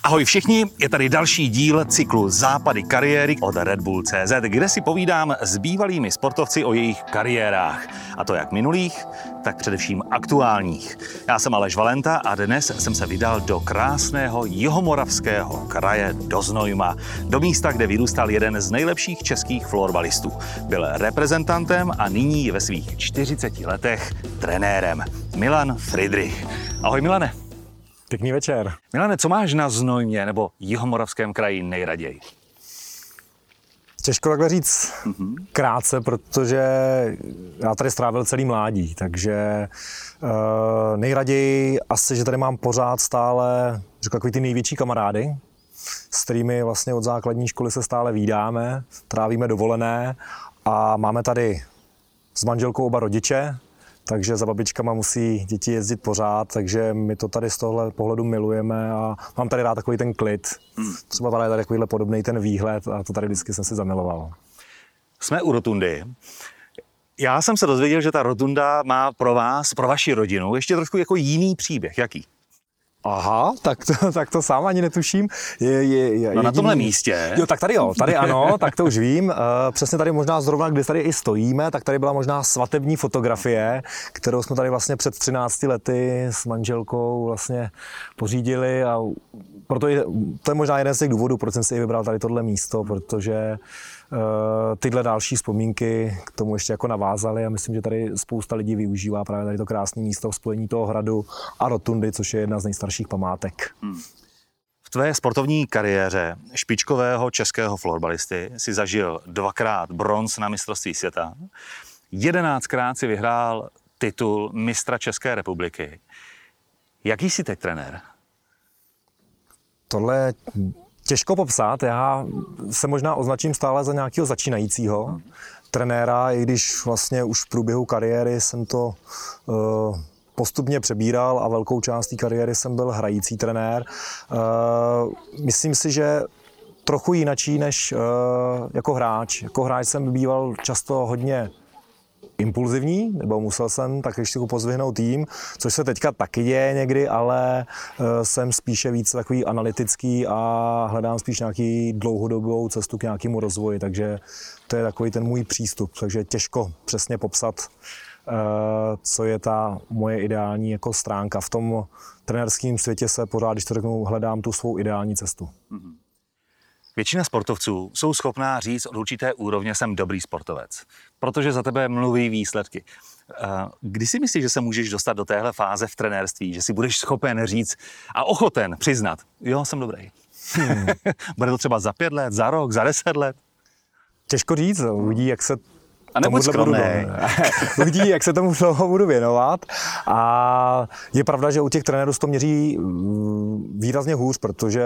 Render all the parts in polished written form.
Ahoj všichni, je tady další díl cyklu Západy kariéry od Red Bull.cz, kde si povídám s bývalými sportovci o jejich kariérách. A to jak minulých, tak především aktuálních. Já jsem Aleš Valenta a dnes jsem se vydal do krásného jihomoravského kraje do Znojma. Do místa, kde vyrůstal jeden z nejlepších českých florbalistů. Byl reprezentantem a nyní je ve svých 40 letech trenérem. Milan Fridrich. Ahoj Milane. Pěkný večer. Milane, co máš na Znojmě nebo jihomoravském kraji nejraději? Těžko takhle říct krátce, protože já tady strávil celý mládí, takže nejraději asi, že tady mám pořád stále, řekl, takový ty největší kamarády, s kterými vlastně od základní školy se stále vídáme, trávíme dovolené a máme tady s manželkou oba rodiče, takže za babičkama musí děti jezdit pořád, takže my to tady z tohle pohledu milujeme a mám tady rád takový ten klid. Třeba tady takovýhle podobný ten výhled a to tady vždycky jsem si zamiloval. Jsme u rotundy. Já jsem se dozvěděl, že ta rotunda má pro vás, pro vaši rodinu, ještě trošku jako jiný příběh. Jaký? Aha, tak to sám ani netuším. No na tomhle místě. Jo, tak tady jo, tady ano, tak to už vím. Přesně tady možná zrovna, kde tady i stojíme, tak tady byla možná svatební fotografie, kterou jsme tady vlastně před 13 lety s manželkou vlastně pořídili a proto to je možná jeden z těch důvodů, proč jsem si i vybral tady tohle místo, protože tyhle další vzpomínky k tomu ještě jako navázaly a myslím, že tady spousta lidí využívá právě tady to krásné místo v spojení toho hradu a rotundy, což je jedna z nejstarších památek. V tvé sportovní kariéře špičkového českého florbalisty si zažil 2krát bronz na mistrovství světa, 11krát si vyhrál titul mistra České republiky. Jaký jsi teď trenér? Tohle těžko popsat, já se možná označím stále za nějakého začínajícího trenéra, i když vlastně už v průběhu kariéry jsem to postupně přebíral a velkou část té kariéry jsem byl hrající trenér. Myslím si, že trochu jinačí než jako hráč. Jako hráč jsem býval často hodně impulzivní, nebo musel jsem tak ještě pozvihnout tým, což se teďka taky děje někdy, ale jsem spíše víc takový analytický a hledám spíš nějaký dlouhodobou cestu k nějakému rozvoji, takže to je takový ten můj přístup, takže těžko přesně popsat, co je ta moje ideální jako stránka. V tom trenérském světě se pořád, když to řeknu, hledám tu svou ideální cestu. Většina sportovců jsou schopná říct od určité úrovně jsem dobrý sportovec, protože za tebe mluví výsledky. Kdy si myslíš, že se můžeš dostat do téhle fáze v trenérství, že si budeš schopen říct a ochoten přiznat, jo, jsem dobrý. Bude to třeba za 5 let, za rok, za 10 let? Těžko říct, uvidí, jak se a nebuď skromnej. Uvidí, jak se tomu dlouho budu věnovat. A je pravda, že u těch trenérů se to měří výrazně hůř, protože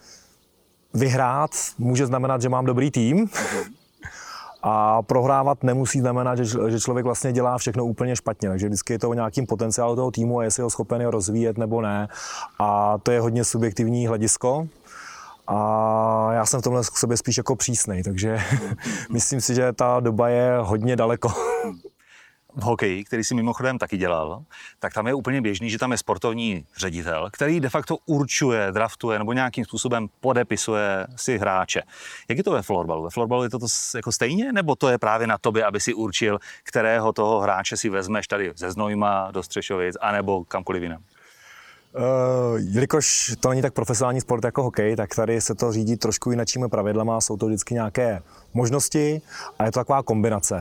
vyhrát může znamenat, že mám dobrý tým a prohrávat nemusí znamenat, že člověk vlastně dělá všechno úplně špatně. Takže vždycky je to o nějakým potenciálu toho týmu a jestli ho schopen je rozvíjet nebo ne. A to je hodně subjektivní hledisko. A já jsem v tomhle k sobě spíš jako přísnej, takže myslím si, že ta doba je hodně daleko. V hokeji, který si mimochodem taky dělal, tak tam je úplně běžný, že tam je sportovní ředitel, který de facto určuje, draftuje nebo nějakým způsobem podepisuje si hráče. Jak je to ve florbalu? Ve florbalu je to jako stejně, nebo to je právě na tobě, aby si určil, kterého toho hráče si vezmeš tady ze Znojma do Střešovic, anebo kamkoliv jinam? Jelikož to není tak profesionální sport jako hokej, tak tady se to řídí trošku jinakými pravidlama, jsou to vždycky nějaké možnosti a je to taková kombinace.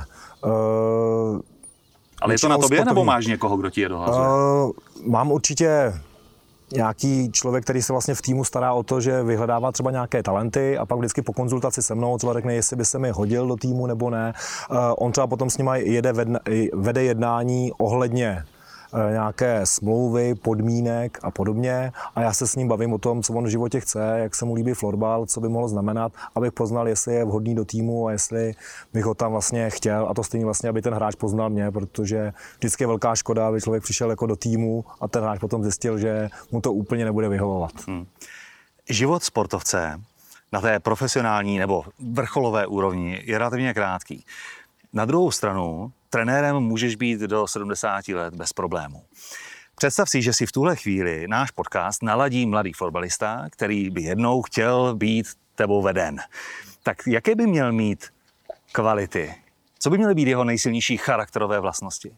Ale je to na tobě, nebo máš někoho, kdo ti je dohazuje? Mám určitě nějaký člověk, který se vlastně v týmu stará o to, že vyhledává třeba nějaké talenty a pak vždycky po konzultaci se mnou třeba řekne, jestli by se mi hodil do týmu nebo ne. On třeba potom s nima vede jednání ohledně nějaké smlouvy, podmínek a podobně a já se s ním bavím o tom, co on v životě chce, jak se mu líbí florbal, co by mohlo znamenat, abych poznal, jestli je vhodný do týmu a jestli bych ho tam vlastně chtěl a to stejně vlastně, aby ten hráč poznal mě, protože vždycky je velká škoda, aby člověk přišel jako do týmu a ten hráč potom zjistil, že mu to úplně nebude vyhovovat. Život sportovce na té profesionální nebo vrcholové úrovni je relativně krátký. Na druhou stranu trenérem můžeš být do 70 let bez problémů. Představ si, že si v tuhle chvíli náš podcast naladí mladý fotbalista, který by jednou chtěl být tebou veden. Tak jaké by měl mít kvality? Co by měly být jeho nejsilnější charakterové vlastnosti?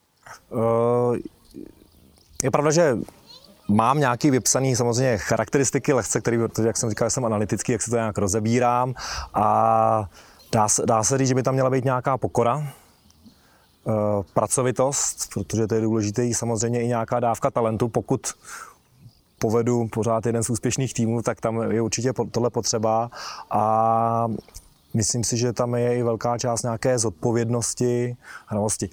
Je pravda, že mám nějaký vypsaný samozřejmě charakteristiky lehce, protože jak jsem říkal, jsem analytický, jak se to nějak rozebírám a dá se říct, že by tam měla být nějaká pokora, pracovitost, protože to je důležité, samozřejmě i nějaká dávka talentu. Pokud povedu pořád jeden z úspěšných týmů, tak tam je určitě tohle potřeba a myslím si, že tam je i velká část nějaké zodpovědnosti, hravosti.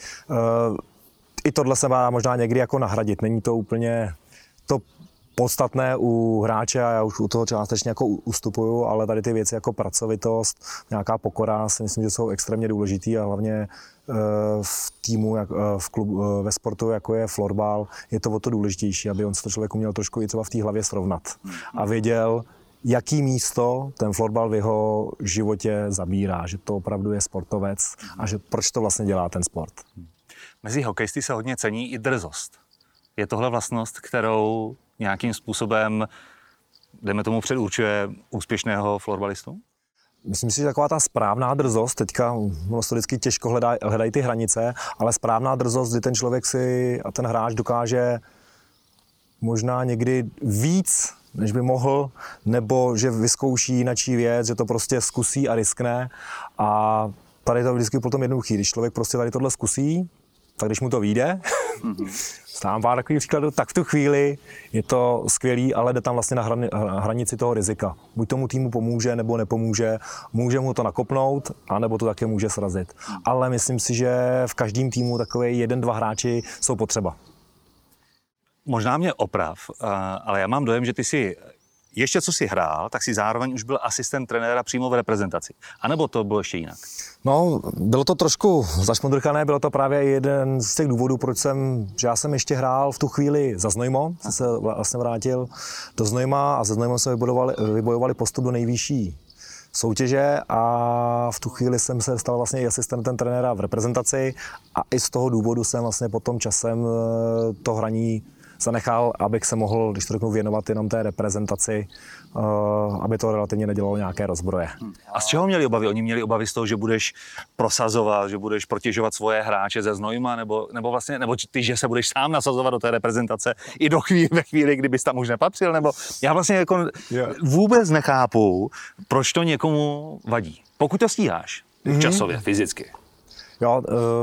I tohle se má možná někdy jako nahradit. Není to úplně to podstatné u hráče a já už u toho částečně jako ustupuju, ale tady ty věci jako pracovitost, nějaká pokora si myslím, že jsou extrémně důležitý a hlavně v týmu, v klubu, ve sportu, jako je florbal, je to o to důležitější, aby on se to člověk uměl trošku i třeba v té hlavě srovnat a věděl, jaký místo ten florbal v jeho životě zabírá, že to opravdu je sportovec a že proč to vlastně dělá ten sport. Mezi hokejisty se hodně cení i drzost. Je tohle vlastnost, kterou nějakým způsobem, dejme tomu, předurčuje úspěšného florbalistu? Myslím si, že taková ta správná drzost, teďka ono se vždycky těžko hledají ty hranice, ale správná drzost, kdy ten člověk si a ten hráč dokáže možná někdy víc, než by mohl, nebo že vyzkouší jinačí věc, že to prostě zkusí a riskne. A tady to vždycky potom jednoduchý. Když člověk prostě tady tohle zkusí, tak když mu to vyjde, stávám pár takových příkladů, tak v tu chvíli je to skvělý, ale jde tam vlastně na hranici toho rizika. Buď tomu týmu pomůže, nebo nepomůže, může mu to nakopnout, anebo to také může srazit. Ale myslím si, že v každém týmu takové 1-2 hráči jsou potřeba. Možná mě oprav, ale já mám dojem, že ty si ještě co si hrál, tak si zároveň už byl asistent trenéra přímo v reprezentaci. A nebo to bylo ještě jinak? No, bylo to trošku zašmodrchané, bylo to právě jeden z těch důvodů, že já jsem ještě hrál v tu chvíli za Znojmo, jsem se vlastně vrátil do Znojma a ze Znojma jsme vybojovali postup do nejvyšší soutěže a v tu chvíli jsem se stal vlastně i asistentem trenéra v reprezentaci a i z toho důvodu jsem vlastně potom časem to hraní zanechal, abych se mohl, když to řeknu, věnovat jenom té reprezentaci, aby to relativně nedělalo nějaké rozbroje. A z čeho měli obavy? Oni měli obavy z toho, že budeš prosazovat, že budeš protěžovat svoje hráče ze Znojma, nebo ty, že se budeš sám nasazovat do té reprezentace i ve chvíli, kdybys tam už nepatřil, nebo já vlastně jako vůbec nechápu, proč to někomu vadí. Pokud to stíháš, časově, fyzicky. Jo,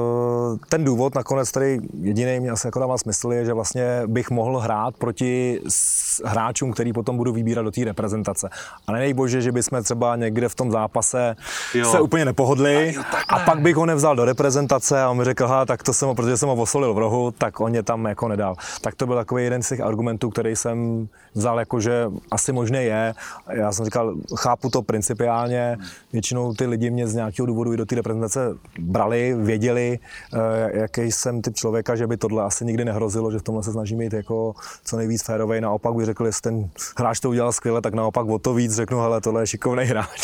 ten důvod nakonec tady jediný mě asi jako dává smysl je, že vlastně bych mohl hrát proti hráčům, který potom budu vybírat do té reprezentace. A nejbože, že bychom třeba někde v tom zápase se úplně nepohodli a pak bych ho nevzal do reprezentace a on mi řekl, tak to jsem, protože jsem ho osolil v rohu, tak on mě tam jako nedal. Tak to byl takový jeden z těch argumentů, který jsem vzal jako, že asi možné je. Já jsem říkal, chápu to principiálně, většinou ty lidi mě z nějakého důvodu i do té reprezentace brali, věděli, jaký jsem typ člověka, že by tohle asi nikdy nehrozilo, že v tomhle se snažím být jako co nejvíc férovej. Naopak bych řekl, jestli ten hráč to udělal skvěle, tak naopak o to víc řeknu, hele, tohle je šikovný hráč.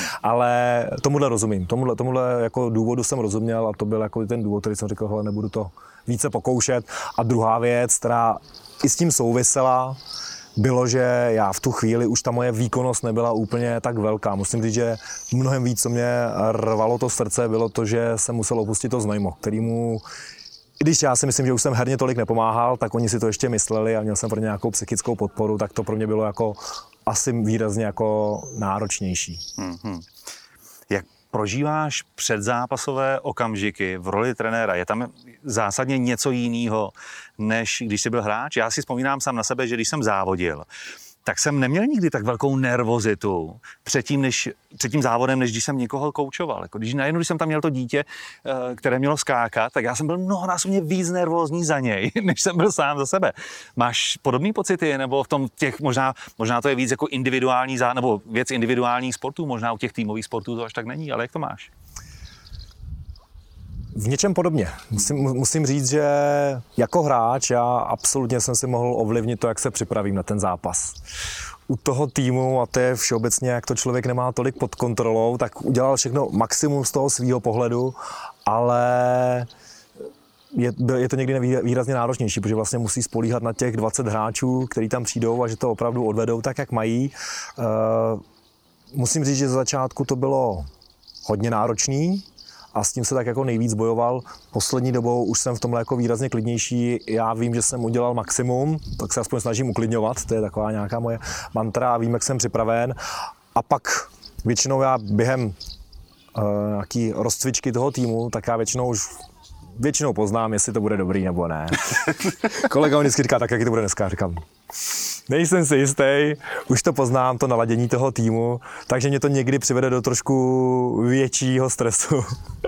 Ale tomuhle rozumím, tomuhle jako důvodu jsem rozuměl a to byl jako ten důvod, který jsem řekl, hele, nebudu to více pokoušet. A druhá věc, která i s tím souvisela, bylo, že já v tu chvíli už ta moje výkonnost nebyla úplně tak velká. Musím říct, že mnohem víc, co mě rvalo to srdce, bylo to, že jsem musel opustit to Znojmo, kterýmu, i když já si myslím, že už jsem herně tolik nepomáhal, tak oni si to ještě mysleli a měl jsem pro ně nějakou psychickou podporu, tak to pro mě bylo jako asi výrazně jako náročnější. Jak prožíváš předzápasové okamžiky v roli trenéra? Je tam zásadně něco jiného, než když jsi byl hráč? Já si vzpomínám sám na sebe, že když jsem závodil, tak jsem neměl nikdy tak velkou nervozitu před tím závodem, než když jsem někoho koučoval. Jako když jsem tam měl to dítě, které mělo skákat, tak já jsem byl mnohonásobně víc nervózní za něj, než jsem byl sám za sebe. Máš podobné pocity, nebo v tom těch možná to je víc jako individuální nebo věc individuálních sportů, možná u těch týmových sportů to až tak není, ale jak to máš? V něčem podobně. Musím říct, že jako hráč já absolutně jsem si mohl ovlivnit to, jak se připravím na ten zápas. U toho týmu, a to je všeobecně, jak to člověk nemá tolik pod kontrolou, tak udělal všechno maximum z toho svýho pohledu, ale je to někdy výrazně náročnější, protože vlastně musí spolíhat na těch 20 hráčů, kteří tam přijdou a že to opravdu odvedou tak, jak mají. Musím říct, že za začátku to bylo hodně náročný a s tím se tak jako nejvíc bojoval. Poslední dobou už jsem v tomhle jako výrazně klidnější. Já vím, že jsem udělal maximum, tak se aspoň snažím uklidňovat, to je taková nějaká moje mantra a vím, jak jsem připraven. A pak většinou já během nějaký rozcvičky toho týmu, tak já většinou poznám, jestli to bude dobrý nebo ne. Kolega mi vždycky říká, tak jaký to bude dneska, říkám. Nejsem si jistý, už to poznám, to naladění toho týmu, takže mě to někdy přivede do trošku většího stresu.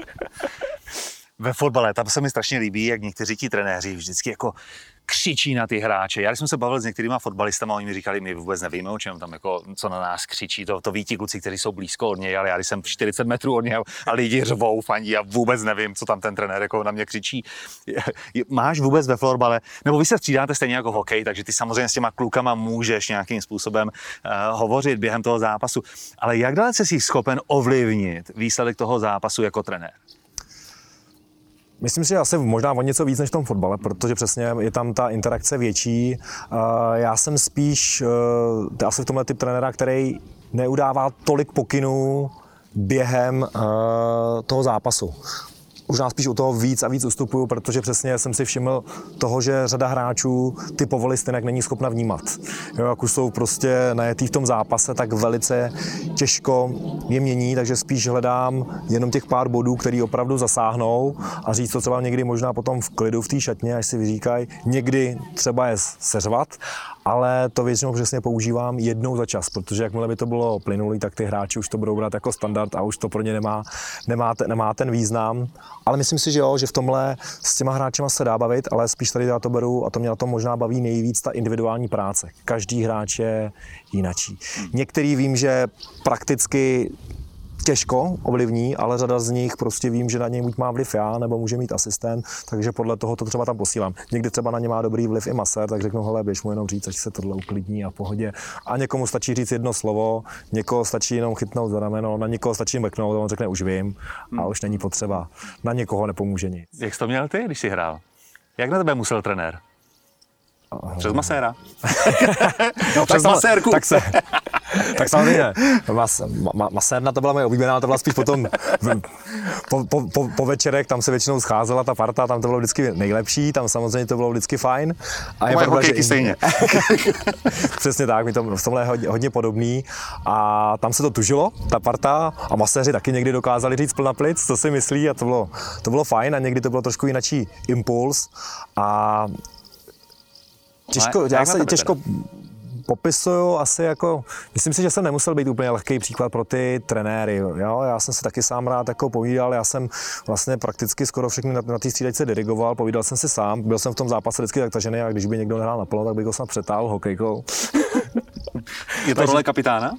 Ve fotbale, tam se mi strašně líbí, jak někteří ti trenéři vždycky jako křičí na ty hráče. Já když jsem se bavil s některými fotbalistama, oni mi říkali, my vůbec nevíme, o čem tam jako, co na nás křičí, to ví ti kluci, kteří jsou blízko od něj, ale já když jsem 40 metrů od něj a lidi řvou, fandí, já vůbec nevím, co tam ten trenér jako na mě křičí. Máš vůbec ve florbale, nebo vy se střídáte stejně jako v hokeji, takže ty samozřejmě s těma klukama můžeš nějakým způsobem hovořit během toho zápasu, ale jak dalece jsi schopen ovlivnit výsledek toho zápasu jako trenér? Myslím si, že asi možná o něco víc než v tom fotbale, protože přesně je tam ta interakce větší. Já jsem spíš asi v tomhle typ trenéra, který neudává tolik pokynů během toho zápasu. Už nás spíš u toho víc a víc ustupuju, protože přesně jsem si všiml toho, že řada hráčů ty povoly stejně není schopna vnímat. Jo, jak už jsou prostě najetý v tom zápase, tak velice těžko je mění, takže spíš hledám jenom těch pár bodů, který opravdu zasáhnou a říct to třeba někdy možná potom v klidu v té šatně, až si vyříkají. Někdy třeba je seřvat, ale to většinou přesně používám jednou za čas, protože jakmile by to bylo plynulý, tak ty hráči už to budou brát jako standard a už to pro ně nemá ten význam. Ale myslím si, že jo, že v tomhle s těma hráčema se dá bavit, ale spíš tady já to beru a to mě na tom možná baví nejvíc ta individuální práce. Každý hráč je jinačí. Některý vím, že prakticky těžko ovlivní, ale řada z nich prostě vím, že na něj buď má vliv já, nebo může mít asistent, takže podle toho to třeba tam posílám. Někdy třeba na ně má dobrý vliv i masér, tak řeknu, hele, běž mu jenom říct, ať se tohle uklidní a v pohodě. A někomu stačí říct jedno slovo, někoho stačí jenom chytnout za rameno, na někoho stačí mrknout a on řekne, už vím a už není potřeba. Na někoho nepomůže nic. Jak jsi to měl ty, když jsi hrál? Jak na tebe musel trenér? Přes maséra? No, přes masérku. Tak samozřejmě, masérna to byla moje oblíbená, to byla spíš potom po večerech, tam se většinou scházela ta parta, tam to bylo vždycky nejlepší, tam samozřejmě to bylo vždycky fajn. A je pravda, že stejně. Přesně tak, mi to v tomhle je hodně podobný a tam se to tužilo, ta parta a maséři taky někdy dokázali říct plna plic, co si myslí a to bylo fajn a někdy to bylo trošku jinačí impuls a těžko popisuju asi jako, myslím si, že jsem nemusel být úplně lehký příklad pro ty trenéry, jo? Já jsem se taky sám rád jako povídal, já jsem vlastně prakticky skoro všechny na té střídačce dirigoval, povídal jsem si sám, byl jsem v tom zápase vždycky tak tažený a když by někdo nehrál naplno, tak bych ho snad přetáhl hokejkou. Je to role kapitána?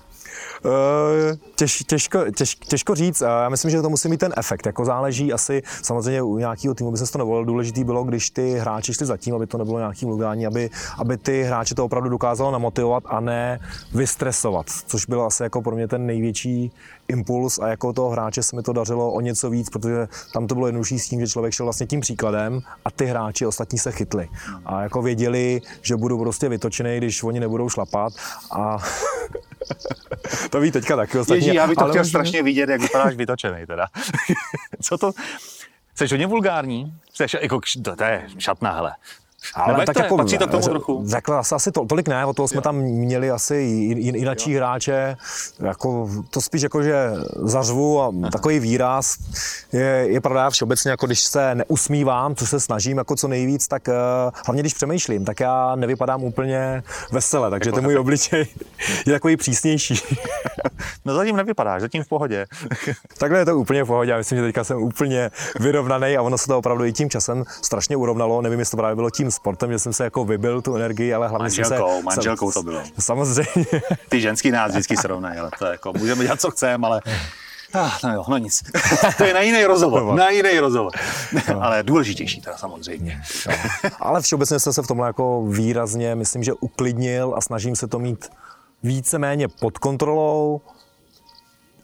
Těžko říct, já myslím, že to musí mít ten efekt, jako záleží asi, samozřejmě u nějakého týmu by se to nevolilo, důležitý bylo, když ty hráči šli zatím, aby to nebylo nějaký mluvání, aby ty hráči to opravdu dokázalo namotivovat a ne vystresovat, což byl asi jako pro mě ten největší impuls a jako toho hráče se mi to dařilo o něco víc, protože tam to bylo jednodušší s tím, že člověk šel vlastně tím příkladem a ty hráči ostatní se chytli a jako věděli, že budou prostě vytočený, když oni nebudou šlapat a to ví teďka taky ostatní. Ježí, já bych to chtěl strašně vidět, jak vypadáš vytočený teda. Co to? Jsi hodně vulgární? Jako, to je šatná, hele. Ale tak jako, patří to k tomu trochu? Řekl asi tolik ne, o toho jsme tam měli asi jinačí hráče, jako, to spíš jako, že zařvu a takový výraz je pravda všeobecně, jako když se neusmívám, co se snažím jako co nejvíc, tak hlavně když přemýšlím, tak já nevypadám úplně vesele, takže jako ten můj obličej je takový přísnější. No zatím nevypadáš, zatím v pohodě. Takhle je to úplně v pohodě, já myslím, že teďka jsem úplně vyrovnaný a ono se to opravdu i tím časem strašně urovnalo, nevím, jestli to právě bylo tím sportem, že jsem se jako vybil tu energii, ale hlavně manželkou to bylo. Samozřejmě. Ty ženský nás vždycky srovnají, ale to je jako, můžeme dělat, co chceme, ale no jo, no nic. To je na jiný rozhovor. Ale důležitější teda samozřejmě. Ale všeobecně jsem se v tomhle jako výrazně, myslím, že uklidnil a snažím se to mít víceméně pod kontrolou.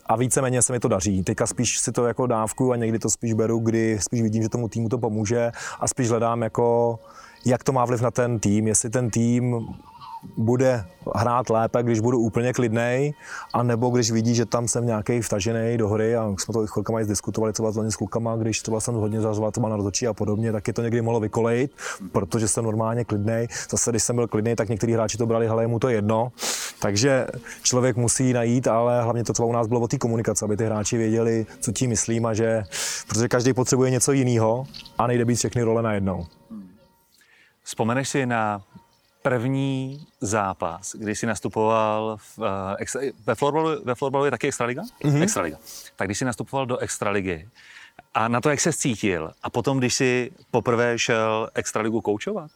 a víceméně se mi to daří. Teďka spíš si to jako dávkuju a někdy to spíš beru, kdy spíš vidím, že tomu týmu to pomůže a spíš hledám jako, jak to má vliv na ten tým, jestli ten tým bude hrát lépe, když budu úplně klidnej, anebo když vidí, že tam jsem nějaký vtažený do hry, a jsme to i chvilkama diskutovali třeba s klukama, když třeba jsem hodně zařval třeba na rozhodčí a podobně, tak je to někdy mohlo vykolejit, protože jsem normálně klidnej. Zase, když jsem byl klidnej, tak někteří hráči to brali, hele, je mu to jedno. Takže člověk musí najít, ale hlavně to třeba u nás bylo o té komunikaci, aby ty hráči věděli, co tím myslím, a že, protože každý potřebuje něco jiného a nejde být všechny role najednou. Vzpomeneš si na první zápas, kdy jsi nastupoval ve florbalu je taky extraliga? Mm-hmm. Extraliga. Tak když jsi nastupoval do extraligy a na to, jak se cítil, a potom, když jsi poprvé šel extraligu koučovat?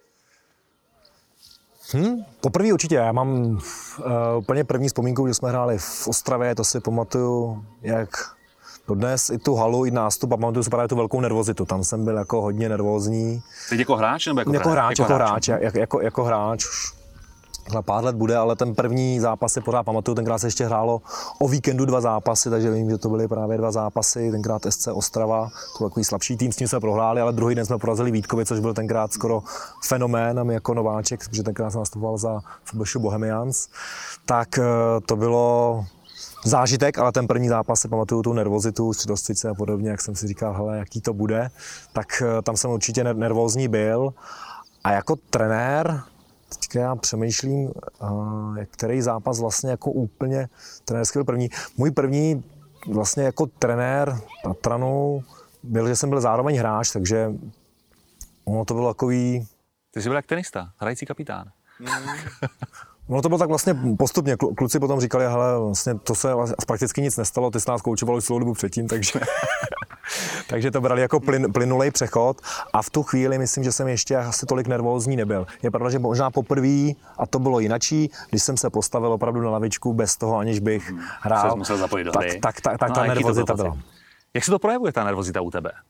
Poprvé určitě. Já mám úplně první vzpomínku, když jsme hráli v Ostravě, to si pamatuju, jak dodnes i tu halu, i nástup, a pamatuju si právě tu velkou nervozitu. Tam jsem byl jako hodně nervózní. Teď jako hráč nebo jako hráč? Jako hráč. Už na pár let bude, ale ten první zápas si pořád pamatuju. Tenkrát se ještě hrálo o víkendu 2 zápasy, takže vím, že to byly právě 2 zápasy. Tenkrát SC Ostrava, to byl takový slabší tým, s tím jsme prohráli, ale druhý den jsme porazili Vítkovi, což byl tenkrát skoro fenomén, a my jako nováček, protože tenkrát jsem nastupoval za FBŠ Bohemians. Tak to bylo zážitek, ale ten první zápas si pamatuju tu nervozitu, středostřice a podobně, jak jsem si říkal, hele, jaký to bude, tak tam jsem určitě nervózní byl. A jako trenér, teďka já přemýšlím, který zápas vlastně jako úplně trenérský byl první. Můj první vlastně jako trenér Tatranu byl, že jsem byl zároveň hráč, takže ono to bylo takový... Ty jsi byl jak tenista, hrající kapitán. No to bylo tak vlastně postupně. Kluci potom říkali, hele, vlastně to se prakticky nic nestalo, ty jsi nás koučoval už celou dobu předtím, takže to brali jako plynulej přechod, a v tu chvíli myslím, že jsem ještě asi tolik nervózní nebyl. Je pravda, že možná poprvé, a to bylo jinačí, když jsem se postavil opravdu na lavičku bez toho, aniž bych hrál, musel zapojit do hry. Tak ta nervozita byla. Jak se to projevuje, ta nervozita u tebe?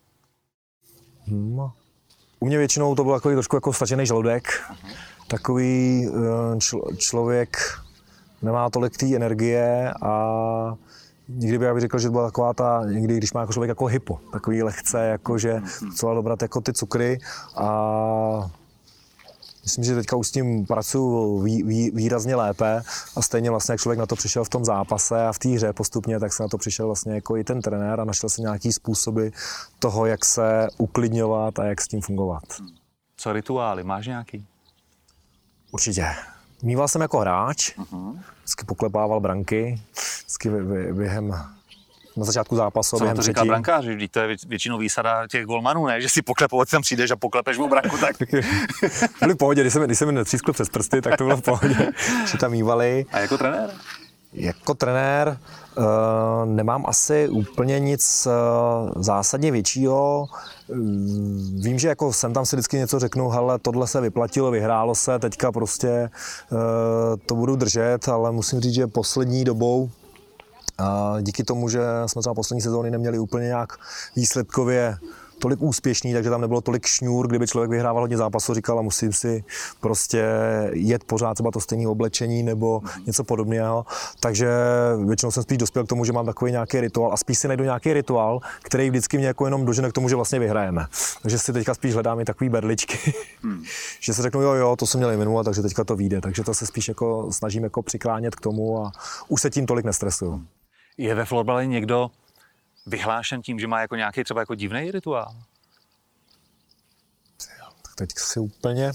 U mě většinou to bylo takový trošku jako stažený žaludek. Takový člověk nemá tolik té energie, a někdy bych řekl, že to byla taková ta, někdy když má jako člověk jako hypo, takový lehce, jakože docela dobrat jako ty cukry, a myslím, že teďka už s tím pracuji výrazně lépe, a stejně vlastně, jak člověk na to přišel v tom zápase a v té hře postupně, tak se na to přišel vlastně jako i ten trenér a našel se nějaký způsoby toho, jak se uklidňovat a jak s tím fungovat. Co rituály, máš nějaký? Určitě. Mýval jsem jako hráč, vždycky poklepával branky, vždycky během na začátku zápasu. Co to říká brankáři? Vždyť to je většinou výsada těch golmanů, ne? Že si poklepovat, tam přijdeš a poklepeš mu branku, tak... Byli v pohodě, když jsem mi netřískl přes prsty, tak to bylo v pohodě, že tam mývali. A jako trenér? Jako trenér nemám asi úplně nic zásadně většího. Vím, že jako jsem tam si vždycky něco řeknu, hele, tohle se vyplatilo, vyhrálo se, teďka prostě to budu držet, ale musím říct, že poslední dobou, díky tomu, že jsme třeba poslední sezóny neměli úplně nějak výsledkově tolik úspěšný, takže tam nebylo tolik šňůr, kdyby člověk vyhrával hodně zápasů, říkal, a musím si prostě jet pořád třeba to stejné oblečení nebo něco podobného. Takže většinou jsem spíš dospěl k tomu, že mám takový nějaký rituál, a spíš si najdu nějaký rituál, který vždycky mě jako jenom dožene k tomu, že vlastně vyhrajeme. Takže si teďka spíš hledám i takový berličky, že si řeknu, jo, to jsem měl minule, takže teďka to vyjde. Takže to se spíš jako snažím jako přiklánět k tomu, a už se tím tolik nestresuju. Je ve florbale někdo vyhlášen tím, že má jako nějaký třeba jako divný rituál? Tak teď si úplně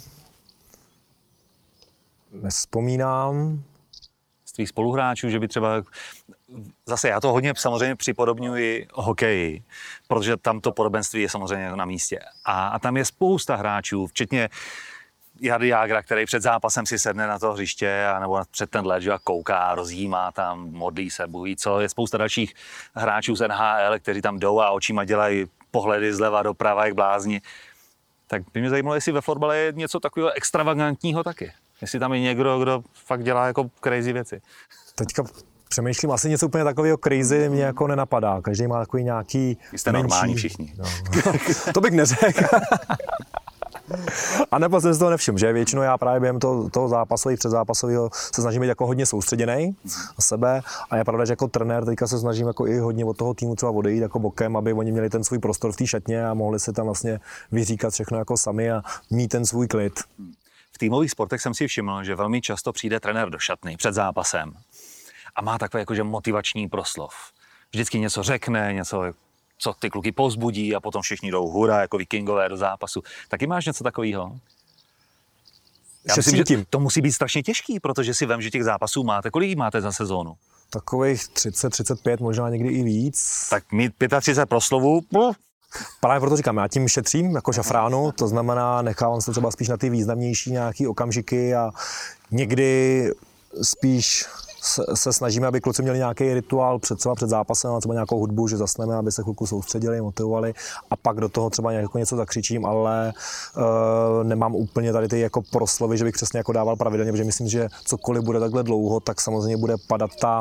nevzpomínám. Z tvých spoluhráčů, že by třeba... Zase já to hodně samozřejmě připodobňuji hokeji, protože tam to podobenství je samozřejmě na místě. A tam je spousta hráčů, včetně Jardy Jágra, který před zápasem si sedne na to hřiště nebo před ten led a kouká, rozjímá tam, modlí se, bojí co. Je spousta dalších hráčů z NHL, kteří tam jdou a očima dělají pohledy zleva doprava jak blázni. Tak by mě zajímalo, jestli ve florbale je něco takového extravagantního taky. Jestli tam je někdo, kdo fakt dělá jako crazy věci. Teďka přemýšlím, asi něco úplně takového crazy mě jako nenapadá. Každý má takový nějaký jste menší... normální všichni. No. To bych neřekl. A nebo jsem si toho nevšiml, že většinou já právě během toho zápasového, předzápasového se snažím být jako hodně soustředěnej na sebe a je pravda, že jako trenér teďka se snažím jako i hodně od toho týmu třeba odejít jako bokem, aby oni měli ten svůj prostor v té šatně a mohli si tam vlastně vyříkat všechno jako sami a mít ten svůj klid. V týmových sportech jsem si všiml, že velmi často přijde trenér do šatny před zápasem a má takový jakože motivační proslov. Vždycky něco řekne, něco, co ty kluky povzbudí a potom všichni jdou hurá jako vikingové do zápasu. Taky máš něco takového? Já myslím, že to musí být strašně těžký, protože si vem, že těch zápasů máte. Kolik máte za sezónu? Takových 30, 35, možná někdy i víc. Tak mít 35 proslovů? Právě proto říkám, já tím šetřím jako šafránu, to znamená, nechávám se třeba spíš na ty významnější nějaký okamžiky a někdy spíš se snažíme, aby kluci měli nějaký rituál před zápasem, třeba nějakou hudbu, že zasneme, aby se chvilku soustředili, motivovali a pak do toho třeba jako něco zakřičím, ale nemám úplně tady ty jako proslovy, že bych přesně jako dával pravidelně, protože myslím, že cokoliv bude takhle dlouho, tak samozřejmě bude padat ta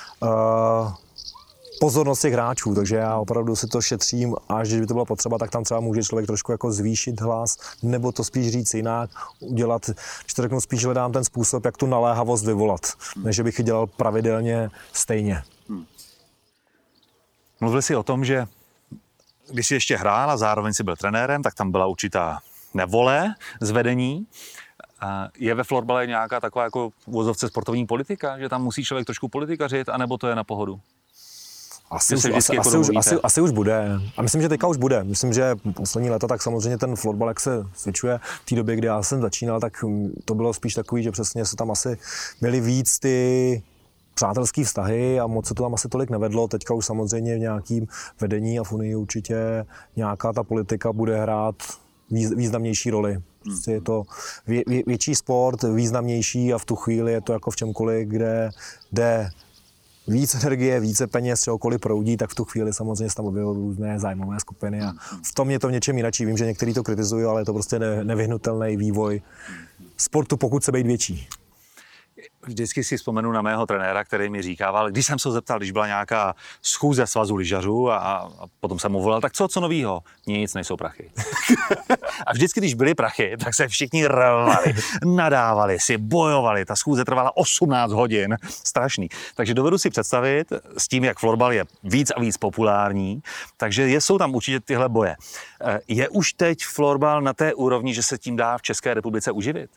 pozornost těch hráčů, takže já opravdu si to šetřím a když by to bylo potřeba, tak tam třeba může člověk trošku jako zvýšit hlas, nebo to spíš říct jinak, udělat, když to řeknu, spíš hledám ten způsob, jak tu naléhavost vyvolat, než bych ji dělal pravidelně stejně. Mluvil jsi o tom, že když jsi ještě hrál a zároveň si byl trenérem, tak tam byla určitá nevole z vedení. Je ve florbale nějaká taková jako v uvozovce sportovní politika, že tam musí člověk trošku politikařit, anebo to je na pohodu? Asi už bude. A myslím, že teďka už bude. Myslím, že poslední léta tak samozřejmě ten florbal, jak se zvětšuje, v té době, kdy já jsem začínal, tak to bylo spíš takový, že přesně se tam asi měli víc ty přátelský vztahy a moc se to tam asi tolik nevedlo. Teďka už samozřejmě v nějakým vedení a v Unii určitě nějaká ta politika bude hrát významnější roli. Prostě je to větší sport, významnější a v tu chvíli je to jako v čemkoliv, kde jde víc energie, více peněz, čehokoliv proudí, tak v tu chvíli samozřejmě se tam objevují různé zájmové skupiny a v tom je to v něčem jináčí. Vím, že někteří to kritizují, ale je to prostě nevyhnutelný vývoj sportu, pokud se být větší. Vždycky si vzpomenu na mého trenéra, který mi říkával, když jsem se zeptal, když byla nějaká schůze svazu lyžařů a potom jsem mu volal, tak co novýho? Nic, nejsou prachy. A vždycky, když byly prachy, tak se všichni rvali, nadávali si, bojovali. Ta schůze trvala 18 hodin. Strašný. Takže dovedu si představit s tím, jak florbal je víc a víc populární, takže jsou tam určitě tyhle boje. Je už teď florbal na té úrovni, že se tím dá v České republice uživit?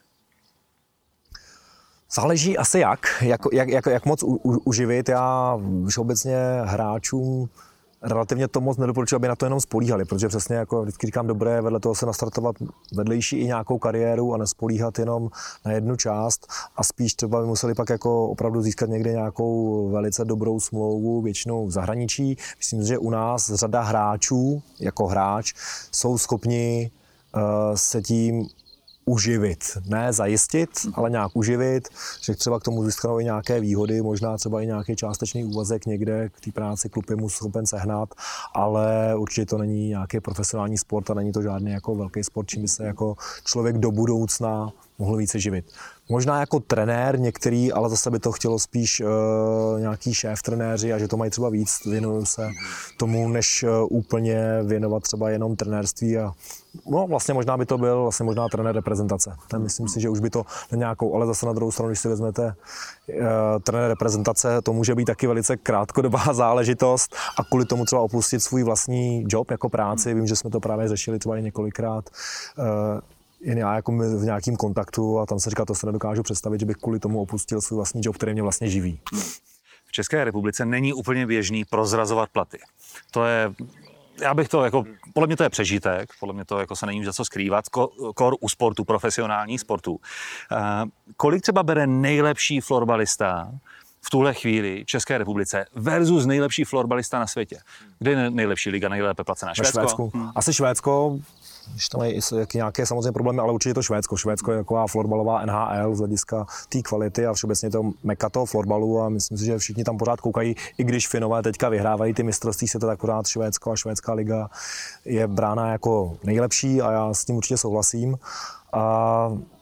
Záleží asi jak moc uživit. Já všeobecně hráčům relativně to moc nedoporučuji, aby na to jenom spolíhali, protože přesně jako vždycky říkám, dobré vedle toho se nastartovat vedlejší i nějakou kariéru a nespolíhat jenom na jednu část a spíš třeba by museli pak jako opravdu získat někde nějakou velice dobrou smlouvu, většinou v zahraničí. Myslím, že u nás řada hráčů jako hráč jsou schopni se tím uživit, ne zajistit, ale nějak uživit, že třeba k tomu získanou i nějaké výhody, možná třeba i nějaký částečný úvazek někde k té práci klub je mu schopen sehnat, ale určitě to není nějaký profesionální sport a není to žádný jako velký sport, čím by se jako člověk do budoucna mohl více živit. Možná jako trenér některý, ale zase by to chtělo spíš nějaký šéf trenéři a že to mají třeba víc, věnují se tomu, než úplně věnovat třeba jenom trenérství a no vlastně možná by to byl vlastně možná trenér reprezentace. Ten myslím si, že už by to na nějakou, ale zase na druhou stranu, když si vezmete trenér reprezentace, to může být taky velice krátkodobá záležitost a kvůli tomu třeba opustit svůj vlastní job jako práci. Vím, že jsme to právě řešili třeba i několikrát. Jen já jako v nějakém kontaktu a tam se říká, to se nedokážu představit, že bych kvůli tomu opustil svůj vlastní job, který mě vlastně živí. V České republice není úplně běžný prozrazovat platy. To je, já bych to jako, podle mě to je přežitek, podle mě to jako se není za co skrývat, kor u sportu, profesionální sportu. Kolik třeba bere nejlepší florbalista v tuhle chvíli v České republice versus nejlepší florbalista na světě? Kde je nejlepší liga, nejlépe placená? Švédsko? Asi Švédsko. Když tam mají nějaké samozřejmě problémy, ale určitě to Švédsko. Švédsko je taková florbalová NHL z hlediska té kvality a všeobecně to meka toho florbalu a myslím si, že všichni tam pořád koukají, i když Finové teďka vyhrávají ty mistrovství světa, tak pořád Švédsko a švédská liga je brána jako nejlepší a já s tím určitě souhlasím. A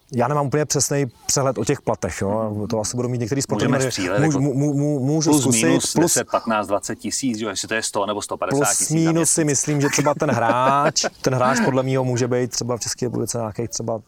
Já nemám úplně přesný přehled o těch platech, jo. To asi budou mít některý sportovní. Můžu plus zkusit. Minus 10, 15, 20 tisíc, jestli to je 100 nebo 150 tisíc. Plus minus si myslím, že třeba ten hráč podle mého může být třeba v České republice nějakých třeba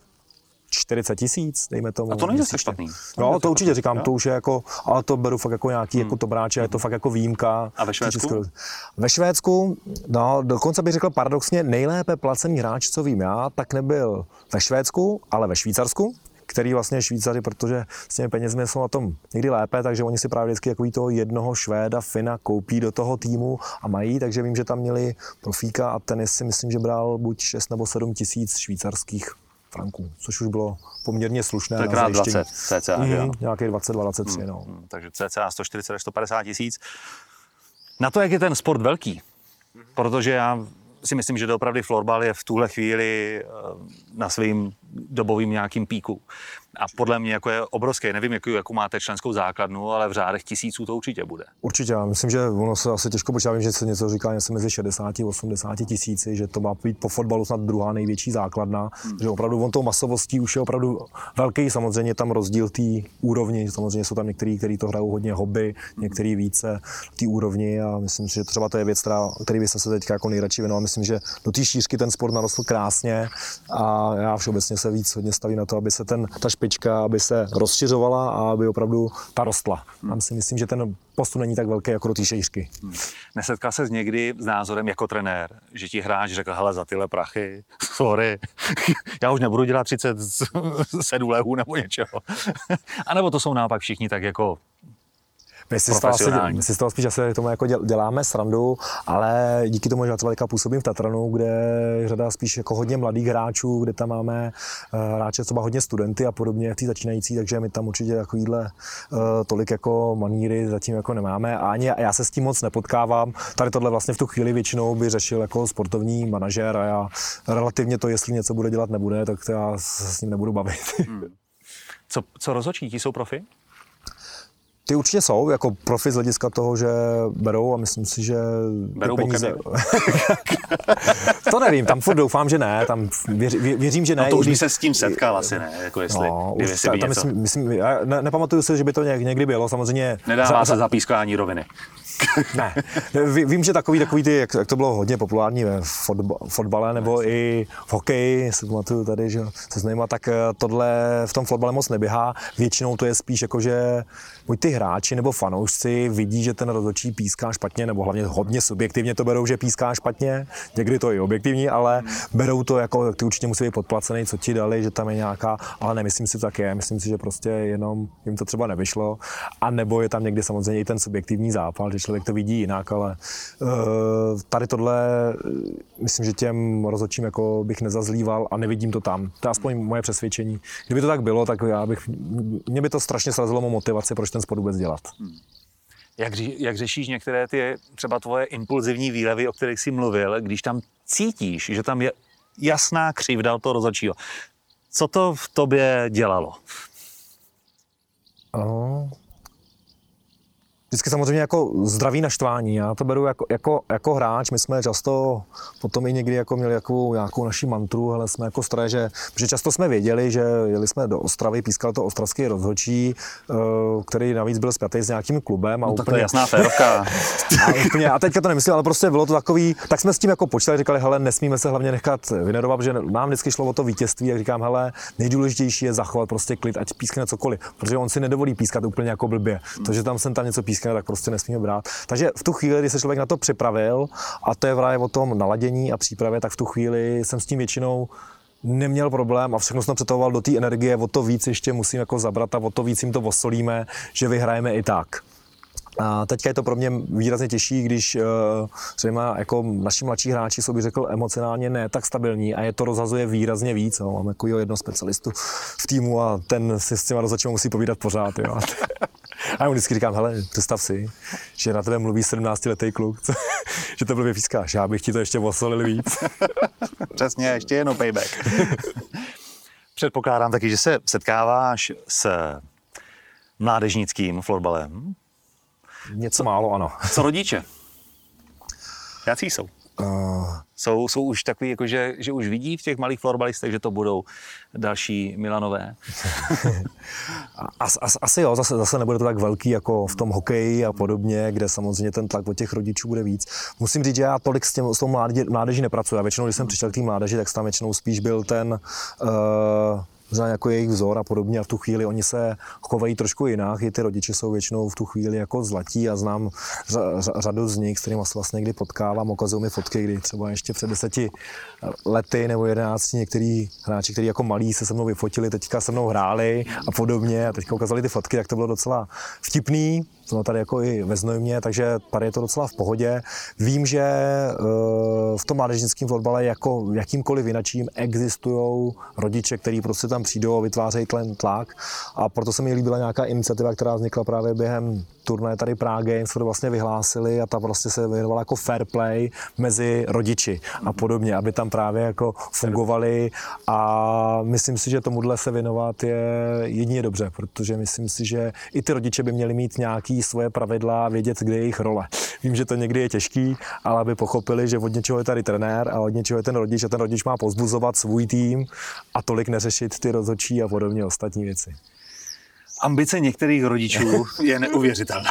40 tisíc, dejme tomu. A to není zase špatný. No, to určitě říkám, to už je jako, ale to beru fakt jako nějaký jako to bráče, je to fakt jako výjimka. A ve Švédsku? Ve Švédsku, no, dokonce bych řekl paradoxně, nejlépe placený hráč, co vím já, tak nebyl ve Švédsku, ale ve Švýcarsku, který vlastně Švýcaři, protože s těmi penězmi jsou na tom někdy lépe, takže oni si právě vždycky takový toho jednoho Švéda, Fina koupí do toho týmu a mají, takže vím, že tam měli profíka a ten si myslím, že bral buď 6 nebo 7 tisíc švýcarských franků, což už bylo poměrně slušné. To je krát 20 cca, nějakých 22, 23, no. Takže cca 140 až 150 tisíc. Na to, jak je ten sport velký, protože já si myslím, že doopravdy florbal je v tuhle chvíli na svým dobovým nějakým píku. A podle mě jako je obrovský, nevím, jakou máte členskou základnu, ale v řádech tisíců to určitě bude. Určitě, já myslím, že ono se asi těžko počítá, vím, že se něco říká něco mezi 60 a 80 tisíci, že to má být po fotbalu snad druhá největší základna, že opravdu on tou masovostí už je opravdu velký, samozřejmě tam rozdíl té úrovni, samozřejmě jsou tam některý, kteří to hrajou hodně hobby, některý více té úrovni a myslím si, že třeba to je věc, který bych se teď jako nejradši věnoval. Myslím, že do té šířky ten sport narostl krásně a já všeobecně se víc hodně stavím na to, aby se ta špička, aby se rozšiřovala a aby opravdu ta rostla. Tam si myslím, že ten postup není tak velký jako do té šířky. Nesetkal ses někdy s názorem jako trenér, že ti hráč řekl, hele, za tyhle prachy, sorry, já už nebudu dělat 30 sedulehů nebo něčeho. A nebo to jsou naopak všichni tak jako My si z toho spíš asi tomu jako děláme srandu, ale díky tomu, že já třeba působím v Tatranu, kde je řada spíš jako hodně mladých hráčů, kde tam máme hráče třeba hodně studenty a podobně, ty začínající, takže my tam určitě takovýhle tolik jako maníry zatím jako nemáme a ani já se s tím moc nepotkávám. Tady tohle vlastně v tu chvíli většinou by řešil jako sportovní manažer a já relativně to, jestli něco bude dělat, nebude, tak to já se s ním nebudu bavit. Co rozhodčí, ti jsou profi? Ty určitě jsou, jako profi z hlediska toho, že berou a myslím si, že berou peníze. To nevím, tam furt doufám, že ne, tam věřím, že ne. No to už by se s tím setkal asi, ne? Jako jestli, no, myslím, já nepamatuju si, že by to někdy bylo, samozřejmě. Nedává se zapískání roviny. Ne, vím, že takový ty, jak to bylo hodně populární ve fotbale nebo i v hokeji, si pamatuju tady, že se znamená, tak tohle v tom fotbale moc neběhá. Většinou to je spíš jako, že buď ty hráči nebo fanoušci vidí, že ten rozhodčí píská špatně, nebo hlavně hodně subjektivně to berou, že píská špatně, někdy to je objektivní, ale berou to jako, ty určitě musí být podplacený, co ti dali, že tam je nějaká, ale nemyslím si to tak je, myslím si, že prostě jenom jim to třeba nevyšlo, a nebo je tam někdy samozřejmě i ten subjektivní zápal, že člověk to vidí jinak, ale tady tohle myslím, že těm rozhodčím jako bych nezazlíval a nevidím to tam. To je aspoň moje přesvědčení. Kdyby to tak bylo, tak mě by to strašně srazilo mou motivaci, proč ten sport vůbec dělat. Jak řešíš některé ty třeba tvoje impulzivní výlevy, o kterých jsi mluvil, když tam cítíš, že tam je jasná křivda od toho rozhodčího? Co to v tobě dělalo? Vždycky samozřejmě jako zdravý naštvání. Já to beru jako hráč. My jsme často potom i někdy jako měli nějakou naši mantru, ale jsme jako stroje, že často jsme věděli, že jeli jsme do Ostravy, pískal to ostravský rozhodčí, který navíc byl spjatý s nějakým klubem. A no, úplně, to je jasná férovka. A teďka to nemyslím, ale prostě bylo to takový, tak jsme s tím jako počítali, říkali, hele, nesmíme se hlavně nechat vynerovat, že nám vždycky šlo o to vítězství, jak říkám, hele, nejdůležitější je zachovat prostě klid, ať pískne cokoliv, protože on si nedovolí pískat úplně jako blbě. To, že tam něco pískne, tak prostě nesmíme brát. Takže v tu chvíli, kdy se člověk na to připravil, a to je právě o tom naladění a přípravě, tak v tu chvíli jsem s tím většinou neměl problém a všechno jsem přetahoval do té energie, o to víc ještě musím jako zabrat a o to víc jim to osolíme, že vyhrajeme i tak. A teďka je to pro mě výrazně těžší, když třeba jako naši mladší hráči jsou, bych řekl, emocionálně ne tak stabilní a je to rozhazuje výrazně víc. Jo. Mám jako jednoho specialistu v týmu a ten si s těma rozhodčíma musí povídat pořád. Jo. A já mu vždycky říkám, hele, představ si, že na tebe mluví 17letý kluk, že to blbě pískáš, já bych ti to ještě osolil víc. Přesně, ještě jednou payback. Předpokládám taky, že se setkáváš s mládežnickým florbalem. Něco málo, ano. Co rodiče? Jací jsou? Jsou už takový, jako že už vidí v těch malých florbalistech, že to budou další Milanové? Asi jo, zase nebude to tak velký jako v tom hokeji a podobně, kde samozřejmě ten tlak od těch rodičů bude víc. Musím říct, že já tolik s tou mládeží nepracuji. Já většinou, když jsem přišel k té mládeži, tak tam většinou spíš byl ten jako jejich vzor a podobně a v tu chvíli oni se chovají trošku jinak, i ty rodiče jsou většinou v tu chvíli jako zlatí a znám řadu z nich, s kterými se vlastně někdy potkávám, ukazují mi fotky, kdy třeba ještě před 10 lety nebo 11 některý hráči, kteří jako malí se mnou vyfotili, teďka se mnou hráli a podobně a teďka ukazali ty fotky, tak to bylo docela vtipný, to tady jako i ve Znojmě, takže tady je to docela v pohodě. Vím, že v tom mládežnickém fotbale jako jakýmkoliv jinačím existují rodiče, kteří prostě tam přijdou a vytvářejí tlak a proto se mi líbila nějaká iniciativa, která vznikla právě během turnaje tady Prague Games, které vlastně vyhlásili a ta vlastně se věnovala jako fair play mezi rodiči a podobně, aby tam právě jako fungovali a myslím si, že tomuhle se věnovat je jedině dobře, protože myslím si, že i ty rodiče by měli mít nějaký svoje pravidla a vědět, kde je jejich role. Vím, že to někdy je těžký, ale aby pochopili, že od něčeho je tady trenér a od něčeho je ten rodič a ten rodič má povzbuzovat svůj tým a tolik neřešit ty rozhodčí a podobně ostatní věci. Ambice některých rodičů je neuvěřitelná.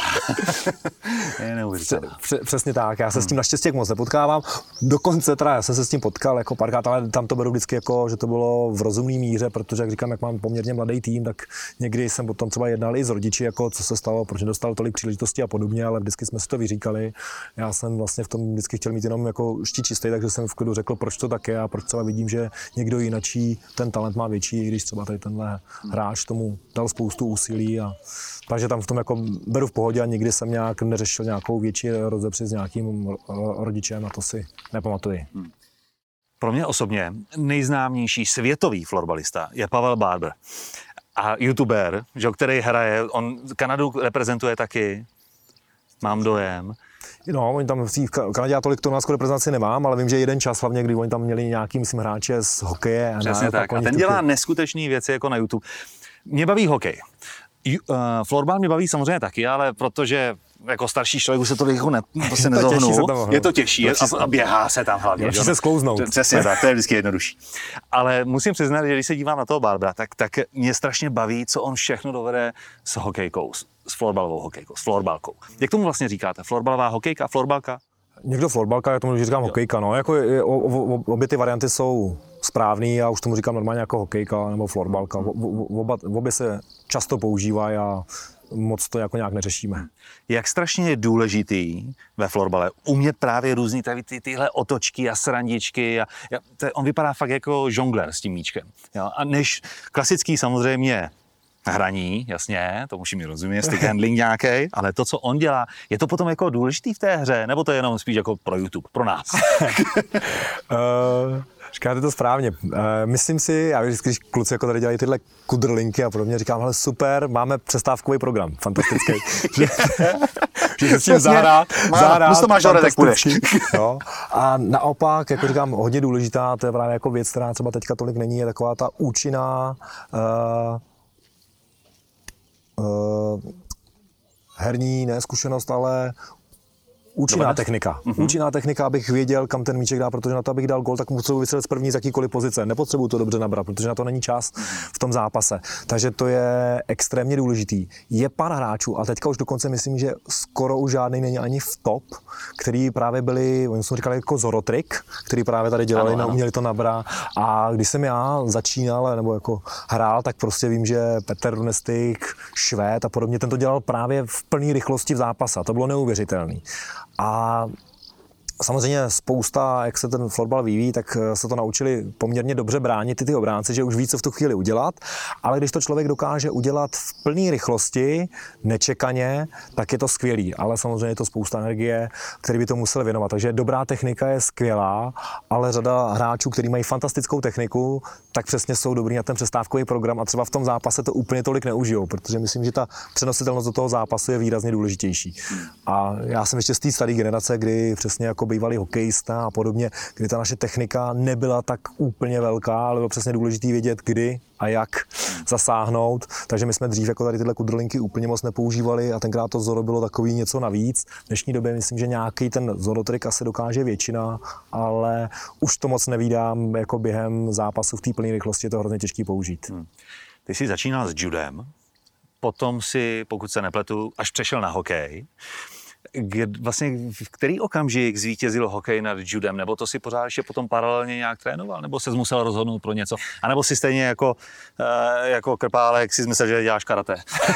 Přesně tak, já se s tím naštěstí jak moc nepotkávám. Dokonce teda já jsem se s tím potkal jako párkrát, ale tam to beru vždycky jako, že to bylo v rozumné míře, protože jak říkám, jak mám poměrně mladý tým, tak někdy jsem potom třeba jednal i s rodiči, jako co se stalo, proč nedostal tolik příležitostí a podobně, ale vždycky jsme si to vyříkali. Já jsem vlastně v tom vždycky chtěl mít jenom jako štít čistý, takže jsem v klidu řekl, proč to tak je a proč třeba vidím, že někdo jinačí ten talent má větší, i když třeba tady tenhle hráč tomu dal spoustu úsilí a takže tam v tom jako beru v pohodě a nikdy jsem nějak neřešil nějakou větší rozepři s nějakým rodičem a to si nepamatuji. Pro mě osobně nejznámější světový florbalista je Pavel Barber a youtuber, který hraje, on Kanadu reprezentuje taky, mám dojem. No, oni tam v Kanadě já tolik to násko reprezentaci nemám, ale vím, že jeden čas hlavně, kdy oni tam měli nějaký, myslím, hráče z hokeje. Přesně tak. A ten dělá neskutečné věci jako na YouTube. Mě baví hokej. Florbal mě baví samozřejmě taky, ale protože jako starší člověk už se tolik prostě nezohnu. Je to těžší a běhá se tam hlavně. Lepší se sklouznout. Přesně tak, to je vždycky jednodušší. Ale musím přiznat, že když se dívám na toho Barbara, tak mě strašně baví, co on všechno dovede s hokejkou, s florbalovou hokejkou, s florbalkou. Jak tomu vlastně říkáte? Florbalová hokejka, florbalka? Někdo florbalka, já tomu říkám hokejka, no. Jako obě ty varianty jsou správný, já už tomu říkám normálně jako hokejka nebo florbalka. Obě se často používají a moc to jako nějak neřešíme. Jak strašně je důležitý ve florbale umět právě různý tyhle otočky a srandičky. On vypadá fakt jako žongler s tím míčkem. Jo? A než klasický samozřejmě hraní, jasně, to musím rozumět, stick handling nějaký, ale to, co on dělá, je to potom jako důležitý v té hře, nebo to je jenom spíš jako pro YouTube, pro nás? Říkáte to správně. Myslím si, já když kluci jako tady dělají tyhle kudrlinky a podobně, říkám, hele super, máme přestávkový program, fantastický. že se s tím zahrát. To máš rád, tak půjdeš. Jo. A naopak, jako říkám, hodně důležitá, to je právě jako věc, která třeba teďka tolik není, je taková ta účinná herní zkušenost, ale účinná technika. Účinná technika, abych věděl, kam ten míček dá, protože na to, abych dal gól, tak potřebuji vystřelit z první z jakýkoliv pozice. Nepotřebuji to dobře nabrat, protože na to není čas v tom zápase. Takže to je extrémně důležitý. Je pár hráčů, a teďka už dokonce myslím, že skoro už žádný není ani v top, který právě byli, oni jsme říkali jako Zorotrik, který právě tady dělali, ano. Uměli to nabrat. A když jsem já začínal, nebo jako hrál, tak prostě vím, že Petr Runestik, Švéd a podobně, ten to dělal právě v plné rychlosti v zápase. A to bylo neuvěřitelný. A samozřejmě spousta, jak se ten florbal vyvíjí, tak se to naučili poměrně dobře bránit ty obránci, že už ví, co v tu chvíli udělat, ale když to člověk dokáže udělat v plné rychlosti, nečekaně, tak je to skvělý, ale samozřejmě je to spousta energie, který by to museli věnovat. Takže dobrá technika je skvělá, ale řada hráčů, kteří mají fantastickou techniku, tak přesně jsou dobrý na ten přestávkový program a třeba v tom zápase to úplně tolik neužijou, protože myslím, že ta přenositelnost do toho zápasu je výrazně důležitější. A já jsem ještě z té staré generace, kdy přesně jakoby bývalý hokejista a podobně, kdy ta naše technika nebyla tak úplně velká, ale bylo přesně důležité vědět, kdy a jak zasáhnout. Takže my jsme dřív jako tady tyhle kudrlinky úplně moc nepoužívali a tenkrát to Zoro bylo takový něco navíc. V dnešní době myslím, že nějaký ten Zorotrik asi dokáže většina, ale už to moc nevídám jako během zápasu v té plné rychlosti, je to hrozně těžký použít. Ty jsi začínal s judem, potom si, pokud se nepletu, až přešel na hokej. Vlastně v který okamžik zvítězil hokej nad judem? Nebo to si pořád ještě potom paralelně nějak trénoval? Nebo ses musel rozhodnout pro něco? A nebo si stejně jako Krpálek si myslel, že děláš karate?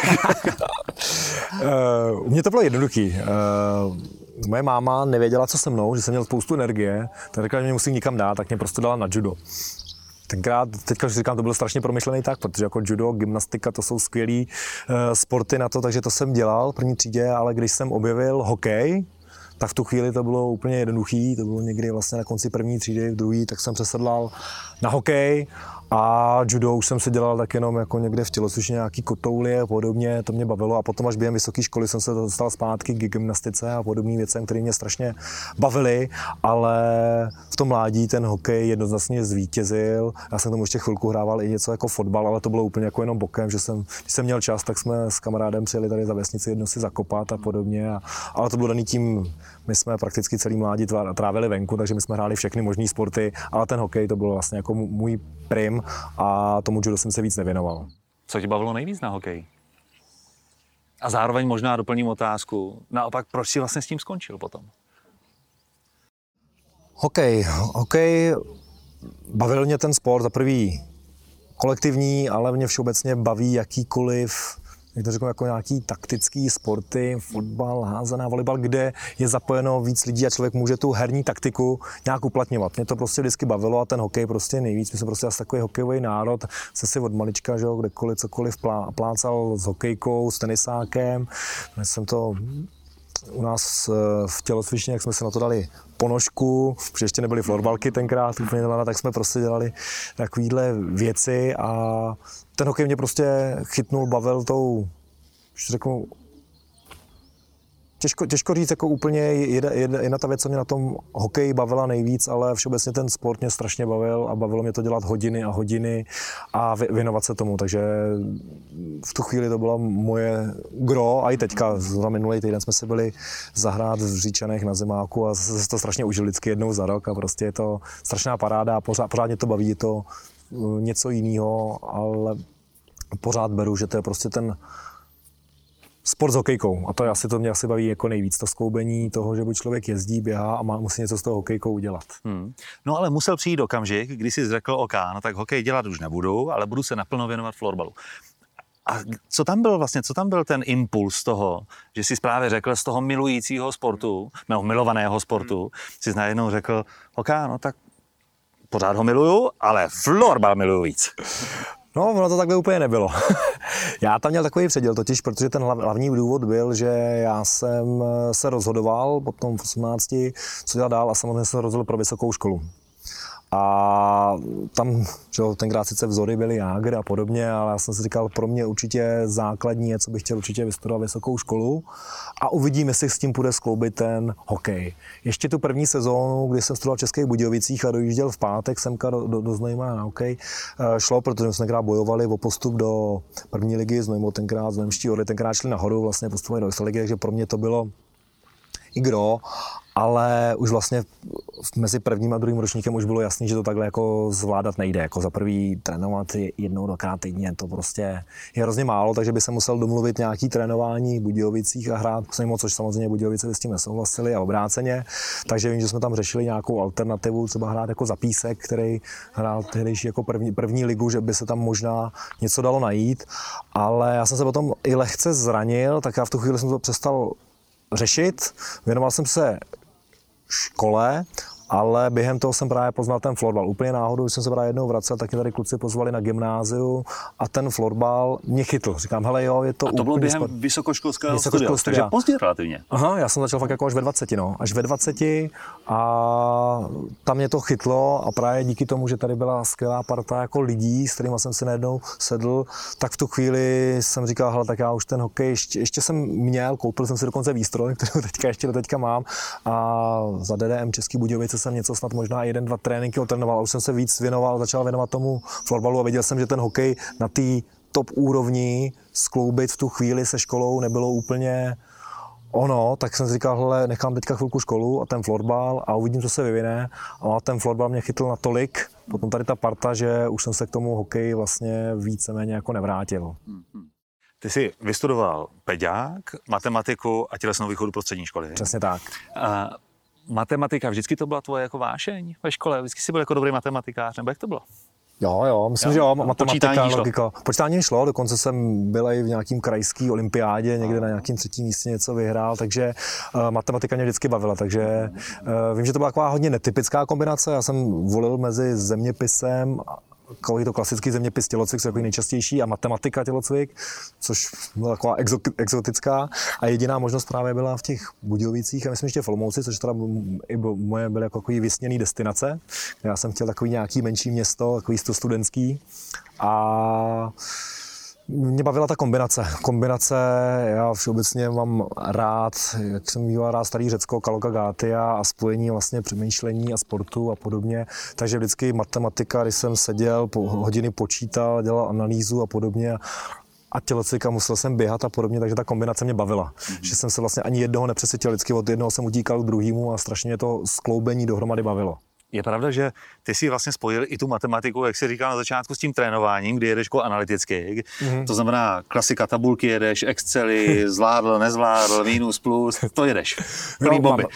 U mě to bylo jednoduchý. Moje máma nevěděla, co se mnou, že jsem měl spoustu energie, tak řekla, že mě musí nikam dát, tak mě prostě dala na judo. Tenkrát, teďka říkám, to bylo strašně promyšlený tak, protože jako judo, gymnastika, to jsou skvělý sporty na to, takže to jsem dělal v první třídě, ale když jsem objevil hokej, tak v tu chvíli to bylo úplně jednoduchý, to bylo někdy vlastně na konci první třídy, v druhý, tak jsem přesedlal na hokej a judo už jsem si dělal tak jenom jako někde v tělocvičně nějaký kotouly a podobně, to mě bavilo a potom až během vysoké školy jsem se dostal zpátky k gymnastice a podobným věcem, které mě strašně bavily, ale v tom mládí ten hokej jednoznačně zvítězil. Já jsem tomu ještě chvilku hrával i něco jako fotbal, ale to bylo úplně jako jenom bokem, že když jsem měl čas, tak jsme s kamarádem přijeli tady za vesnici jednou si zakopat a podobně, ale to bylo daný tím, my jsme prakticky celý mládí trávili venku, takže my jsme hráli všechny možné sporty, ale ten hokej to byl vlastně jako můj prim a tomu judo jsem se víc nevěnoval. Co tě bavilo nejvíc na hokeji? A zároveň možná doplním otázku, naopak, proč jsi vlastně s tím skončil potom? Hokej, bavil mě ten sport za prvý kolektivní, ale mě všeobecně baví jakýkoliv, jak to řeknu, jako nějaký taktický sporty, fotbal, házená, volejbal, kde je zapojeno víc lidí a člověk může tu herní taktiku nějak uplatňovat. Mě to prostě vždycky bavilo a ten hokej prostě nejvíc. My jsme prostě asi takový hokejový národ, jsem si od malička, že jo, kdekoliv cokoliv plácal s hokejkou, s tenisákem. Já jsem to u nás v tělocvičně, jak jsme se na to dali ponožku, protože ještě nebyly florbalky tenkrát, úplně tak jsme prostě dělali takovýhle věci a ten hokej mě prostě chytnul, bavil tou, řeknu, těžko říct, jako úplně jedna ta věc, co mě na tom hokeji bavila nejvíc, ale všeobecně ten sport mě strašně bavil a bavilo mě to dělat hodiny a hodiny a věnovat se tomu, takže v tu chvíli to byla moje gro a i teďka, za minulý týden jsme se byli zahrát v Říčanech na zimáku a se to strašně užili vždycky jednou za rok a prostě je to strašná paráda a pořád mě to baví, je to něco jiného, ale pořád beru, že to je prostě ten sport s hokejkou a to je asi, to mě asi baví jako nejvíc, to skloubení toho, že buď člověk jezdí, běhá a musí něco s tou hokejkou udělat. No ale musel přijít okamžik, kdy jsi řekl, OK, no tak hokej dělat už nebudu, ale budu se naplno věnovat florbalu. A co tam byl ten impuls toho, že jsi právě řekl z toho milujícího sportu, nebo milovaného sportu, jsi najednou řekl, OK, no tak pořád ho miluju, ale florbal miluju víc. No, ono to takhle úplně nebylo. Já tam měl takový předěl totiž, protože ten hlavní důvod byl, že já jsem se rozhodoval potom v 18, co dělat dál a samozřejmě jsem se rozhodl pro vysokou školu. A tam, že tenkrát sice vzory byly Jágr a podobně, ale já jsem si říkal, pro mě určitě základní je, co bych chtěl určitě vystudovat vysokou školu a uvidím, jestli s tím půjde skloubit ten hokej. Ještě tu první sezónu, kdy jsem studoval v Českých Budějovicích a dojížděl v pátek semka do Znojma na hokej, šlo, protože jsme tenkrát bojovali o postup do první ligy, Znojmo tenkrát, Znojmští Orly tenkrát šli nahoru, vlastně postupovali do extraligy, takže pro mě to bylo i gro, ale už vlastně mezi prvním a druhým ročníkem už bylo jasný, že to takhle jako zvládat nejde. Jako za prvý trénovat jednou, dvakrát týdně, to prostě je hrozně málo, takže by se musel domluvit nějaký trénování v Budějovicích a hrát s nimi, což samozřejmě Budějovice s tím nesouhlasili a obráceně. Takže vím, že jsme tam řešili nějakou alternativu, třeba hrát jako za Písek, který hrál tehdejší jako první ligu, že by se tam možná něco dalo najít, ale já jsem se potom i lehce zranil, tak já v tu chvíli jsem to přestal řešit. Věnoval jsem se škole ale během toho jsem právě poznal ten florbal. Úplně náhodou, když jsem se právě jednou vracel, tak mě tady kluci pozvali na gymnáziu a ten florbal mě chytl. Říkám, hele jo, je to a to bylo během vysokoškolského studia, takže pozdě relativně. Aha, já jsem začal fakt jako až ve 20, no. Až ve 20 a tam mě to chytlo a právě díky tomu, že tady byla skvělá parta jako lidí, s kterými jsem si najednou sedl, tak v tu chvíli jsem říkal, hele, tak já už ten hokej, ještě jsem měl, koupil jsem si dokonce výstroj, kterou teďka ještě doteďka mám a za DDM Český Budějovice jsem něco snad možná 1-2 tréninky otrénoval a už jsem se víc začal věnovat tomu florbalu a viděl jsem, že ten hokej na té top úrovni skloubit v tu chvíli se školou nebylo úplně ono, tak jsem si říkal, hele, nechám teďka chvilku školu a ten florbal a uvidím, co se vyvine. A ten florbal mě chytl natolik, potom tady ta parta, že už jsem se k tomu hokeji vlastně víceméně jako nevrátil. Ty jsi vystudoval peďák, matematiku a tělesnou výchovu pro střední školy. Přesně tak. A matematika, vždycky to byla tvoje jako vášeň ve škole? Vždycky jsi byl jako dobrý matematikář, nebo jak to bylo? Jo, myslím, že jo, matematika, logika. Počítání šlo, dokonce jsem byl i v nějakým krajský olympiádě, někde na nějakým 3. místě něco vyhrál, takže matematika mě vždycky bavila, takže vím, že to byla taková hodně netypická kombinace, já jsem volil mezi zeměpisem, to klasický zeměpis tělocvik, jsou jako nejčastější, a matematika tělocvik, což byla taková exotická. A jediná možnost právě byla v těch Budějovicích a myslím ještě v Olomouci, což teda i moje byly jako takový vysněný destinace. Já jsem chtěl takový nějaký menší město, takový studentský. A mě bavila ta kombinace, já všeobecně mám rád, jak jsem mýval rád starý Řecko, Kaloga Gátia a spojení vlastně přemýšlení a sportu a podobně. Takže vždycky matematika, když jsem seděl, hodiny počítal, dělal analýzu a podobně. A tělocvika musel jsem běhat a podobně, takže ta kombinace mě bavila. Že jsem se vlastně ani jednoho nepřesytil, vždycky od jednoho jsem utíkal k druhému a strašně mě to skloubení dohromady bavilo. Je pravda, že ty si vlastně spojil i tu matematiku, jak jsi říkal na začátku, s tím trénováním, kdy jedeš jako analyticky. To znamená klasika tabulky, jedeš, Excely, zvládl, nezvládl, minus, plus, to jedeš. Plný bomby.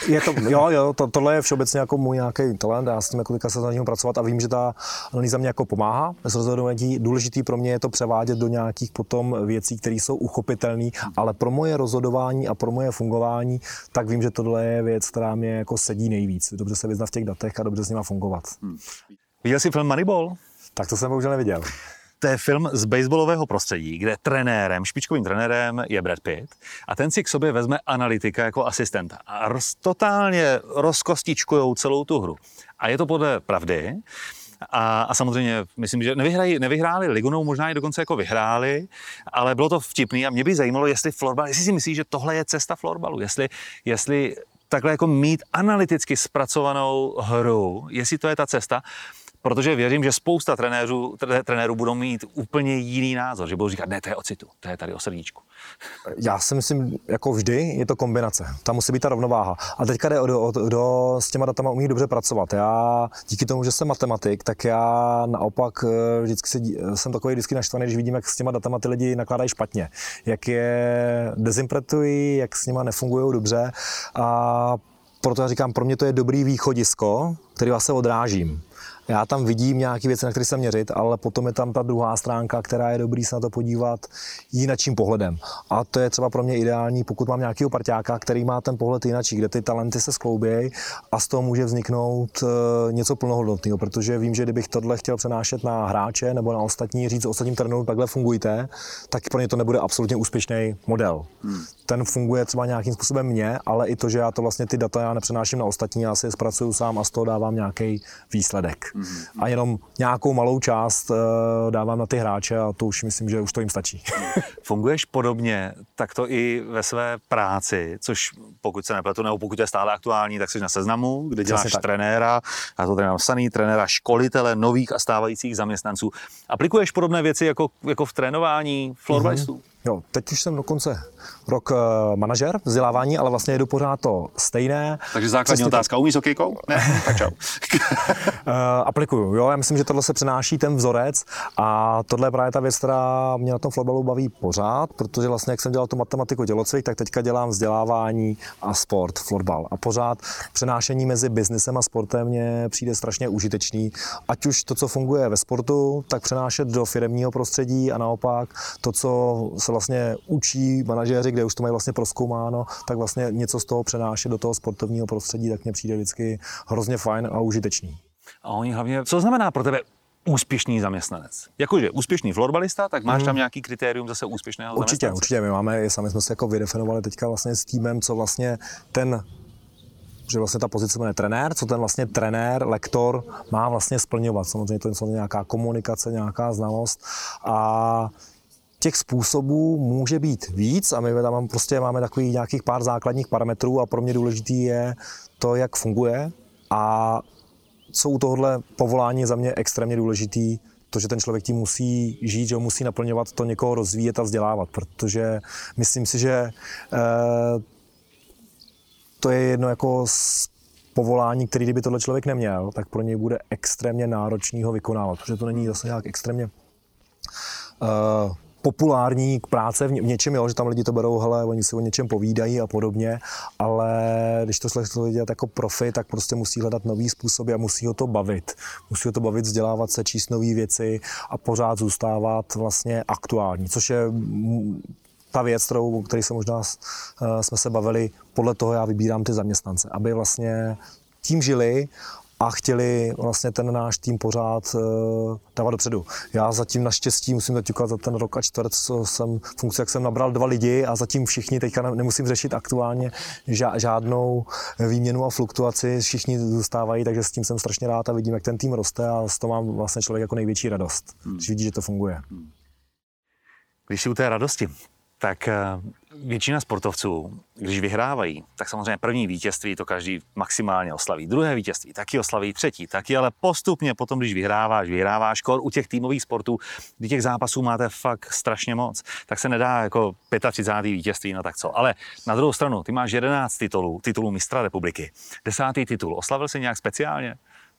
Tohle je všeobecně jako můj nějaký talent, já s tím jako se snažím pracovat a vím, že ta analýza mě jako pomáhá. Důležitý pro mě je to převádět do nějakých potom věcí, které jsou uchopitelné, ale pro moje rozhodování a pro moje fungování, tak vím, že tohle je věc, která mě jako sedí nejvíc. Dobře se vyzná v těch datech a dobře s nima fungovat. Viděl jsi film Moneyball? Tak to jsem bohužel neviděl. To je film z baseballového prostředí, kde špičkovým trenérem je Brad Pitt a ten si k sobě vezme analytika jako asistenta a totálně rozkostičkujou celou tu hru. A je to podle pravdy. A samozřejmě, myslím, že nevyhráli ligu, možná i dokonce jako vyhráli, ale bylo to vtipný a mě by zajímalo, jestli si myslíš, že tohle je cesta florbalu, jestli takhle jako mít analyticky zpracovanou hru, jestli to je ta cesta, protože věřím, že spousta trenérů budou mít úplně jiný názor, že budou říkat, ne, to je o citu, to je tady o srdíčku. Já si myslím, jako vždy, je to kombinace. Tam musí být ta rovnováha. A teďka jde kdo s těma datama umí dobře pracovat. Já díky tomu, že jsem matematik, tak já naopak jsem takový vždycky naštvaný, když vidím, jak s těma datama ty lidi nakládají špatně. Jak je dezinterpretují, jak s nima nefungují dobře. A proto já říkám, pro mě to je dobrý východisko, který vás se odrážím. Já tam vidím nějaké věci, na které se měřit, ale potom je tam ta druhá stránka, která je dobrý se na to podívat jinakším pohledem. A to je třeba pro mě ideální, pokud mám nějakého parťáka, který má ten pohled jinačí, kde ty talenty se skloubějí a z toho může vzniknout něco plnohodnotného, protože vím, že kdybych tohle chtěl přenášet na hráče nebo na ostatní, říct ostatním trenérům, takhle fungujte, tak pro ně to nebude absolutně úspěšný model. Ten funguje třeba nějakým způsobem mně, ale i to, že já to vlastně ty data já nepřenáším na ostatní, já si je zpracuju sám a z toho dávám nějaký výsledek. A jenom nějakou malou část dávám na ty hráče a to už myslím, že už to jim stačí. Funguješ podobně takto i ve své práci, což pokud se nepletu, nebo pokud je stále aktuální, tak jsi na Seznamu, kde děláš trenéra, a to tady napsaný, trenéra školitele nových a stávajících zaměstnanců. Aplikuješ podobné věci jako v trénování florbalistů? Jo, teď už jsem dokonce rok manažer vzdělávání, ale vlastně jedu pořád to stejné. Takže základní otázka, umíš hokejkou? Ne, tak čau. Aplikuju, jo, já myslím, že tohle se přenáší ten vzorec a tohle je právě ta věc, která mě na tom florbalu baví pořád, protože vlastně jak jsem dělal tu matematiku tělocvik, tak teďka dělám vzdělávání a sport, florbal. A pořád přenášení mezi biznesem a sportem mně přijde strašně užitečný. Ať už to, co funguje ve sportu, tak přenášet do firemního prostředí a naopak to, co se se vlastně učí manažéři, kde už to mají vlastně prozkoumáno, tak vlastně něco z toho přenášet do toho sportovního prostředí, tak mně přijde vždycky hrozně fajn a užitečný. A oni hlavně, co znamená pro tebe úspěšný zaměstnanec? Jakože úspěšný florbalista, tak máš tam nějaký kritérium zase úspěšného zaměstnance? Určitě, my máme, sami jsme se jako vydefinovali teďka vlastně s týmem, co vlastně že vlastně ta pozice jmenuje trenér, co ten vlastně trenér, lektor má vlastně splňovat. Samozřejmě to je nějaká komunikace, nějaká znalost a těch způsobů může být víc a my tam prostě máme takový nějakých pár základních parametrů a pro mě důležitý je to, jak funguje a co u tohohle povolání je za mě extrémně důležitý, to, že ten člověk tím musí žít, že ho musí naplňovat, to někoho rozvíjet a vzdělávat, protože myslím si, že to je jedno jako povolání, který kdyby tohle člověk neměl, tak pro něj bude extrémně náročný ho vykonávat, protože to není zase nějak extrémně populární k práce v něčem, jo, že tam lidi to berou, hele, oni si o něčem povídají a podobně, ale když to člověk dělat jako profi, tak prostě musí hledat nový způsoby a musí ho to bavit. Musí ho to bavit, vzdělávat se, číst nové věci a pořád zůstávat vlastně aktuální, což je ta věc, o které se možná jsme se bavili, podle toho já vybírám ty zaměstnance, aby vlastně tím žili a chtěli vlastně ten náš tým pořád dávat dopředu. Já zatím naštěstí musím zaťukat za ten rok a čtvrt, co jsem funkci, jak jsem nabral 2 lidi a zatím všichni, teďka nemusím řešit aktuálně žádnou výměnu a fluktuaci, všichni zůstávají, takže s tím jsem strašně rád a vidím, jak ten tým roste a z toho mám vlastně člověk jako největší radost, když vidí, že to funguje. Když jsi u té radosti, tak většina sportovců, když vyhrávají, tak samozřejmě první vítězství to každý maximálně oslaví. Druhé vítězství taky oslaví, třetí taky, ale postupně potom, když vyhráváš, kor u těch týmových sportů, kdy těch zápasů máte fakt strašně moc, tak se nedá jako 35. vítězství, no tak co. Ale na druhou stranu, ty máš 11 titulů mistra republiky. 10. titul, oslavil jsi nějak speciálně?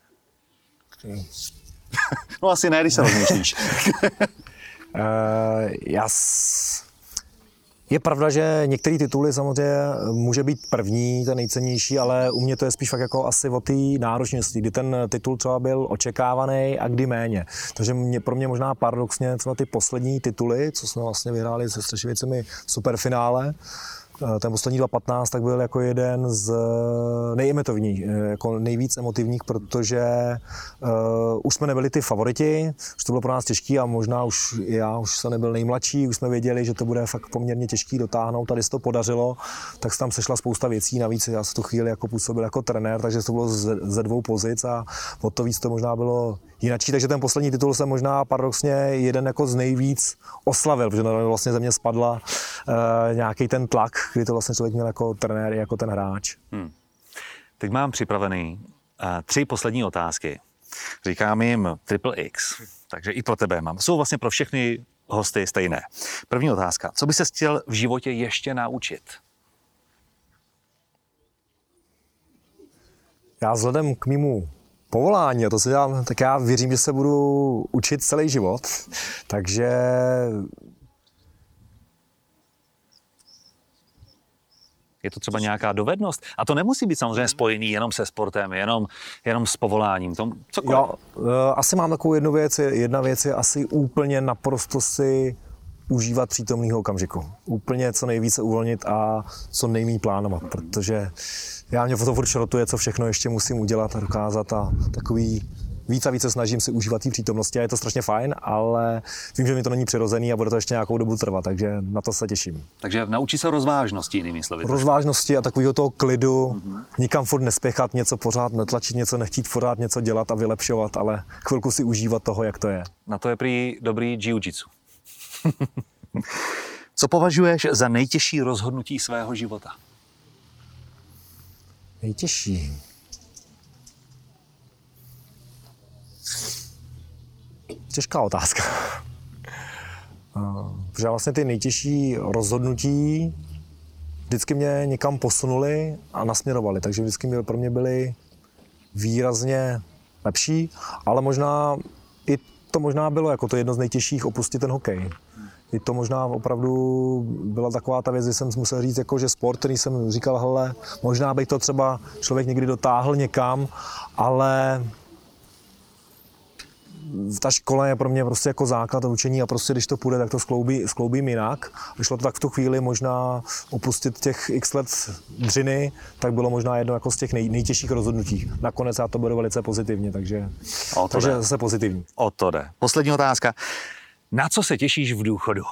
No asi ne, když se rozmýšlíš. Je pravda, že některé tituly samozřejmě může být první, ten nejcennější, ale u mě to je spíš fakt jako asi o té náročnosti, kdy ten titul třeba byl očekávaný a kdy méně. Takže pro mě možná paradoxně třeba ty poslední tituly, co jsme vlastně vyhráli se Střešovicemi v superfinále, ten poslední 2015 tak byl jako jeden z jako nejvíc emotivních, protože už jsme nebyli ty favoriti, už to bylo pro nás těžký a možná už jsem nebyl nejmladší, už jsme věděli, že to bude fakt poměrně těžký dotáhnout. Tady se to podařilo, tak se tam sešla spousta věcí, navíc já se tu chvíli jako působil jako trenér, takže to bylo ze 2 pozic a o to víc to možná bylo jinačí, takže ten poslední titul jsem možná paradoxně jeden jako z nejvíc oslavil, protože vlastně ze mě spadla nějaký ten tlak, kdy to vlastně člověk měl jako trenér, jako ten hráč. Teď mám připravený 3 poslední otázky. Říkám jim Triple X, takže i pro tebe mám. Jsou vlastně pro všechny hosty stejné. První otázka. Co by se chtěl v životě ještě naučit? Já vzhledem k mému povolání, a to se dělám, tak já věřím, že se budu učit celý život, takže Je to třeba nějaká dovednost? A to nemusí být samozřejmě spojený jenom se sportem, jenom s povoláním. Cokoliv. Jo, asi mám takovou jednu věc. Jedna věc je asi úplně naprosto si užívat přítomného okamžiku. Úplně co nejvíce uvolnit a co nejméně plánovat, protože mě to furt šrotuje, co všechno ještě musím udělat a dokázat a takový víc a více snažím si užívat té přítomnosti a je to strašně fajn, ale vím, že mi to není přirozený a bude to ještě nějakou dobu trvat, takže na to se těším. Takže naučí se rozvážnosti, jinými slovy. Rozvážnosti a takového toho klidu, nikam furt nespěchat, něco pořád netlačit, něco nechtít pořád něco dělat a vylepšovat, ale chvilku si užívat toho, jak to je. Na to je prý dobrý jiu-jitsu. Co považuješ za nejtěžší rozhodnutí svého života? Nejtěžší? Těžká otázka. Protože vlastně ty nejtěžší rozhodnutí vždycky mě někam posunuli a nasměrovali, takže vždycky pro mě byly výrazně lepší, ale možná i to možná bylo jako to jedno z nejtěžších opustit ten hokej. I to možná opravdu byla taková ta věc, že jsem musel říct, jako, že sport, který jsem říkal, hele, možná bych to třeba člověk někdy dotáhl někam, ale ta škola je pro mě prostě jako základ učení a prostě když to půjde, tak to skloubím jinak. Vyšlo to tak v tu chvíli možná opustit těch x let dřiny, tak bylo možná jedno jako z těch nejtěžších rozhodnutí. Nakonec já to beru velice pozitivně, takže zase pozitivní. O to jde. Poslední otázka. Na co se těšíš v důchodu?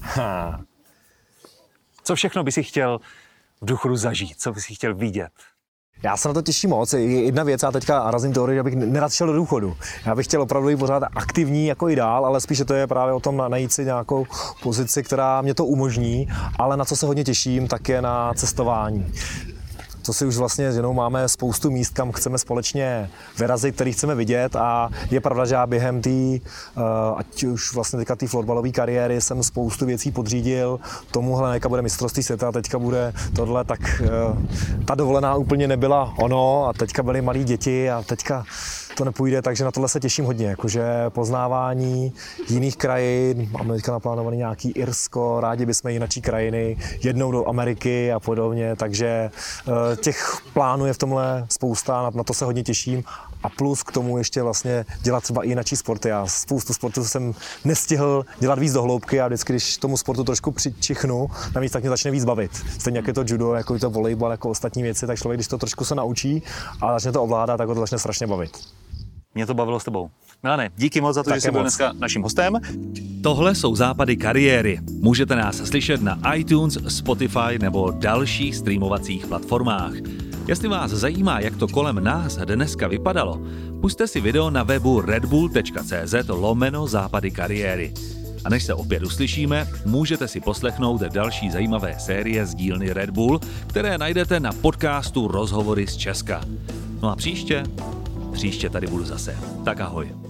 Co všechno by si chtěl v důchodu zažít? Co by si chtěl vidět? Já se na to těším moc. Jedna věc, já teďka razím teorii, abych nerad šel do důchodu. Já bych chtěl opravdu být pořád aktivní jako i dál, ale spíše to je právě o tom najít si nějakou pozici, která mě to umožní, ale na co se hodně těším, tak je na cestování. To si už vlastně s ženou máme spoustu míst, kam chceme společně vyrazit, který chceme vidět a je pravda, že já během ať už vlastně teďka té florbalové kariéry jsem spoustu věcí podřídil tomuhle, teďka bude mistrovství světa, teďka bude tohle, tak ta dovolená úplně nebyla ono a teďka byly malí děti a teďka to nepůjde, takže na tohle se těším hodně, jakože poznávání jiných krajin, máme teďka naplánovaný nějaký Irsko, rádi bychom jináčí krajiny, jednou do Ameriky a podobně, takže těch plánů je v tomhle spousta, na to se hodně těším a plus k tomu ještě vlastně dělat třeba i jináčí sporty. Já spoustu sportů jsem nestihl dělat víc do hloubky a vždycky, když tomu sportu trošku přičichnu, navíc tak mě začne víc bavit. Stejně jak je to judo, jako je to volejbal, jako ostatní věci, tak člověk, když to trošku se naučí a začne to ovládat, tak ho to začne strašně bavit. Mě to bavilo s tebou. Milane, díky moc za to, že jsi byl dneska naším hostem. Tohle jsou západy kariéry. Můžete nás slyšet na iTunes, Spotify nebo dalších streamovacích platformách. Jestli vás zajímá, jak to kolem nás dneska vypadalo, pusťte si video na webu redbull.cz/západy kariéry. A než se opět uslyšíme, můžete si poslechnout další zajímavé série z dílny Red Bull, které najdete na podcastu Rozhovory z Česka. No a příště tady budu zase. Tak ahoj.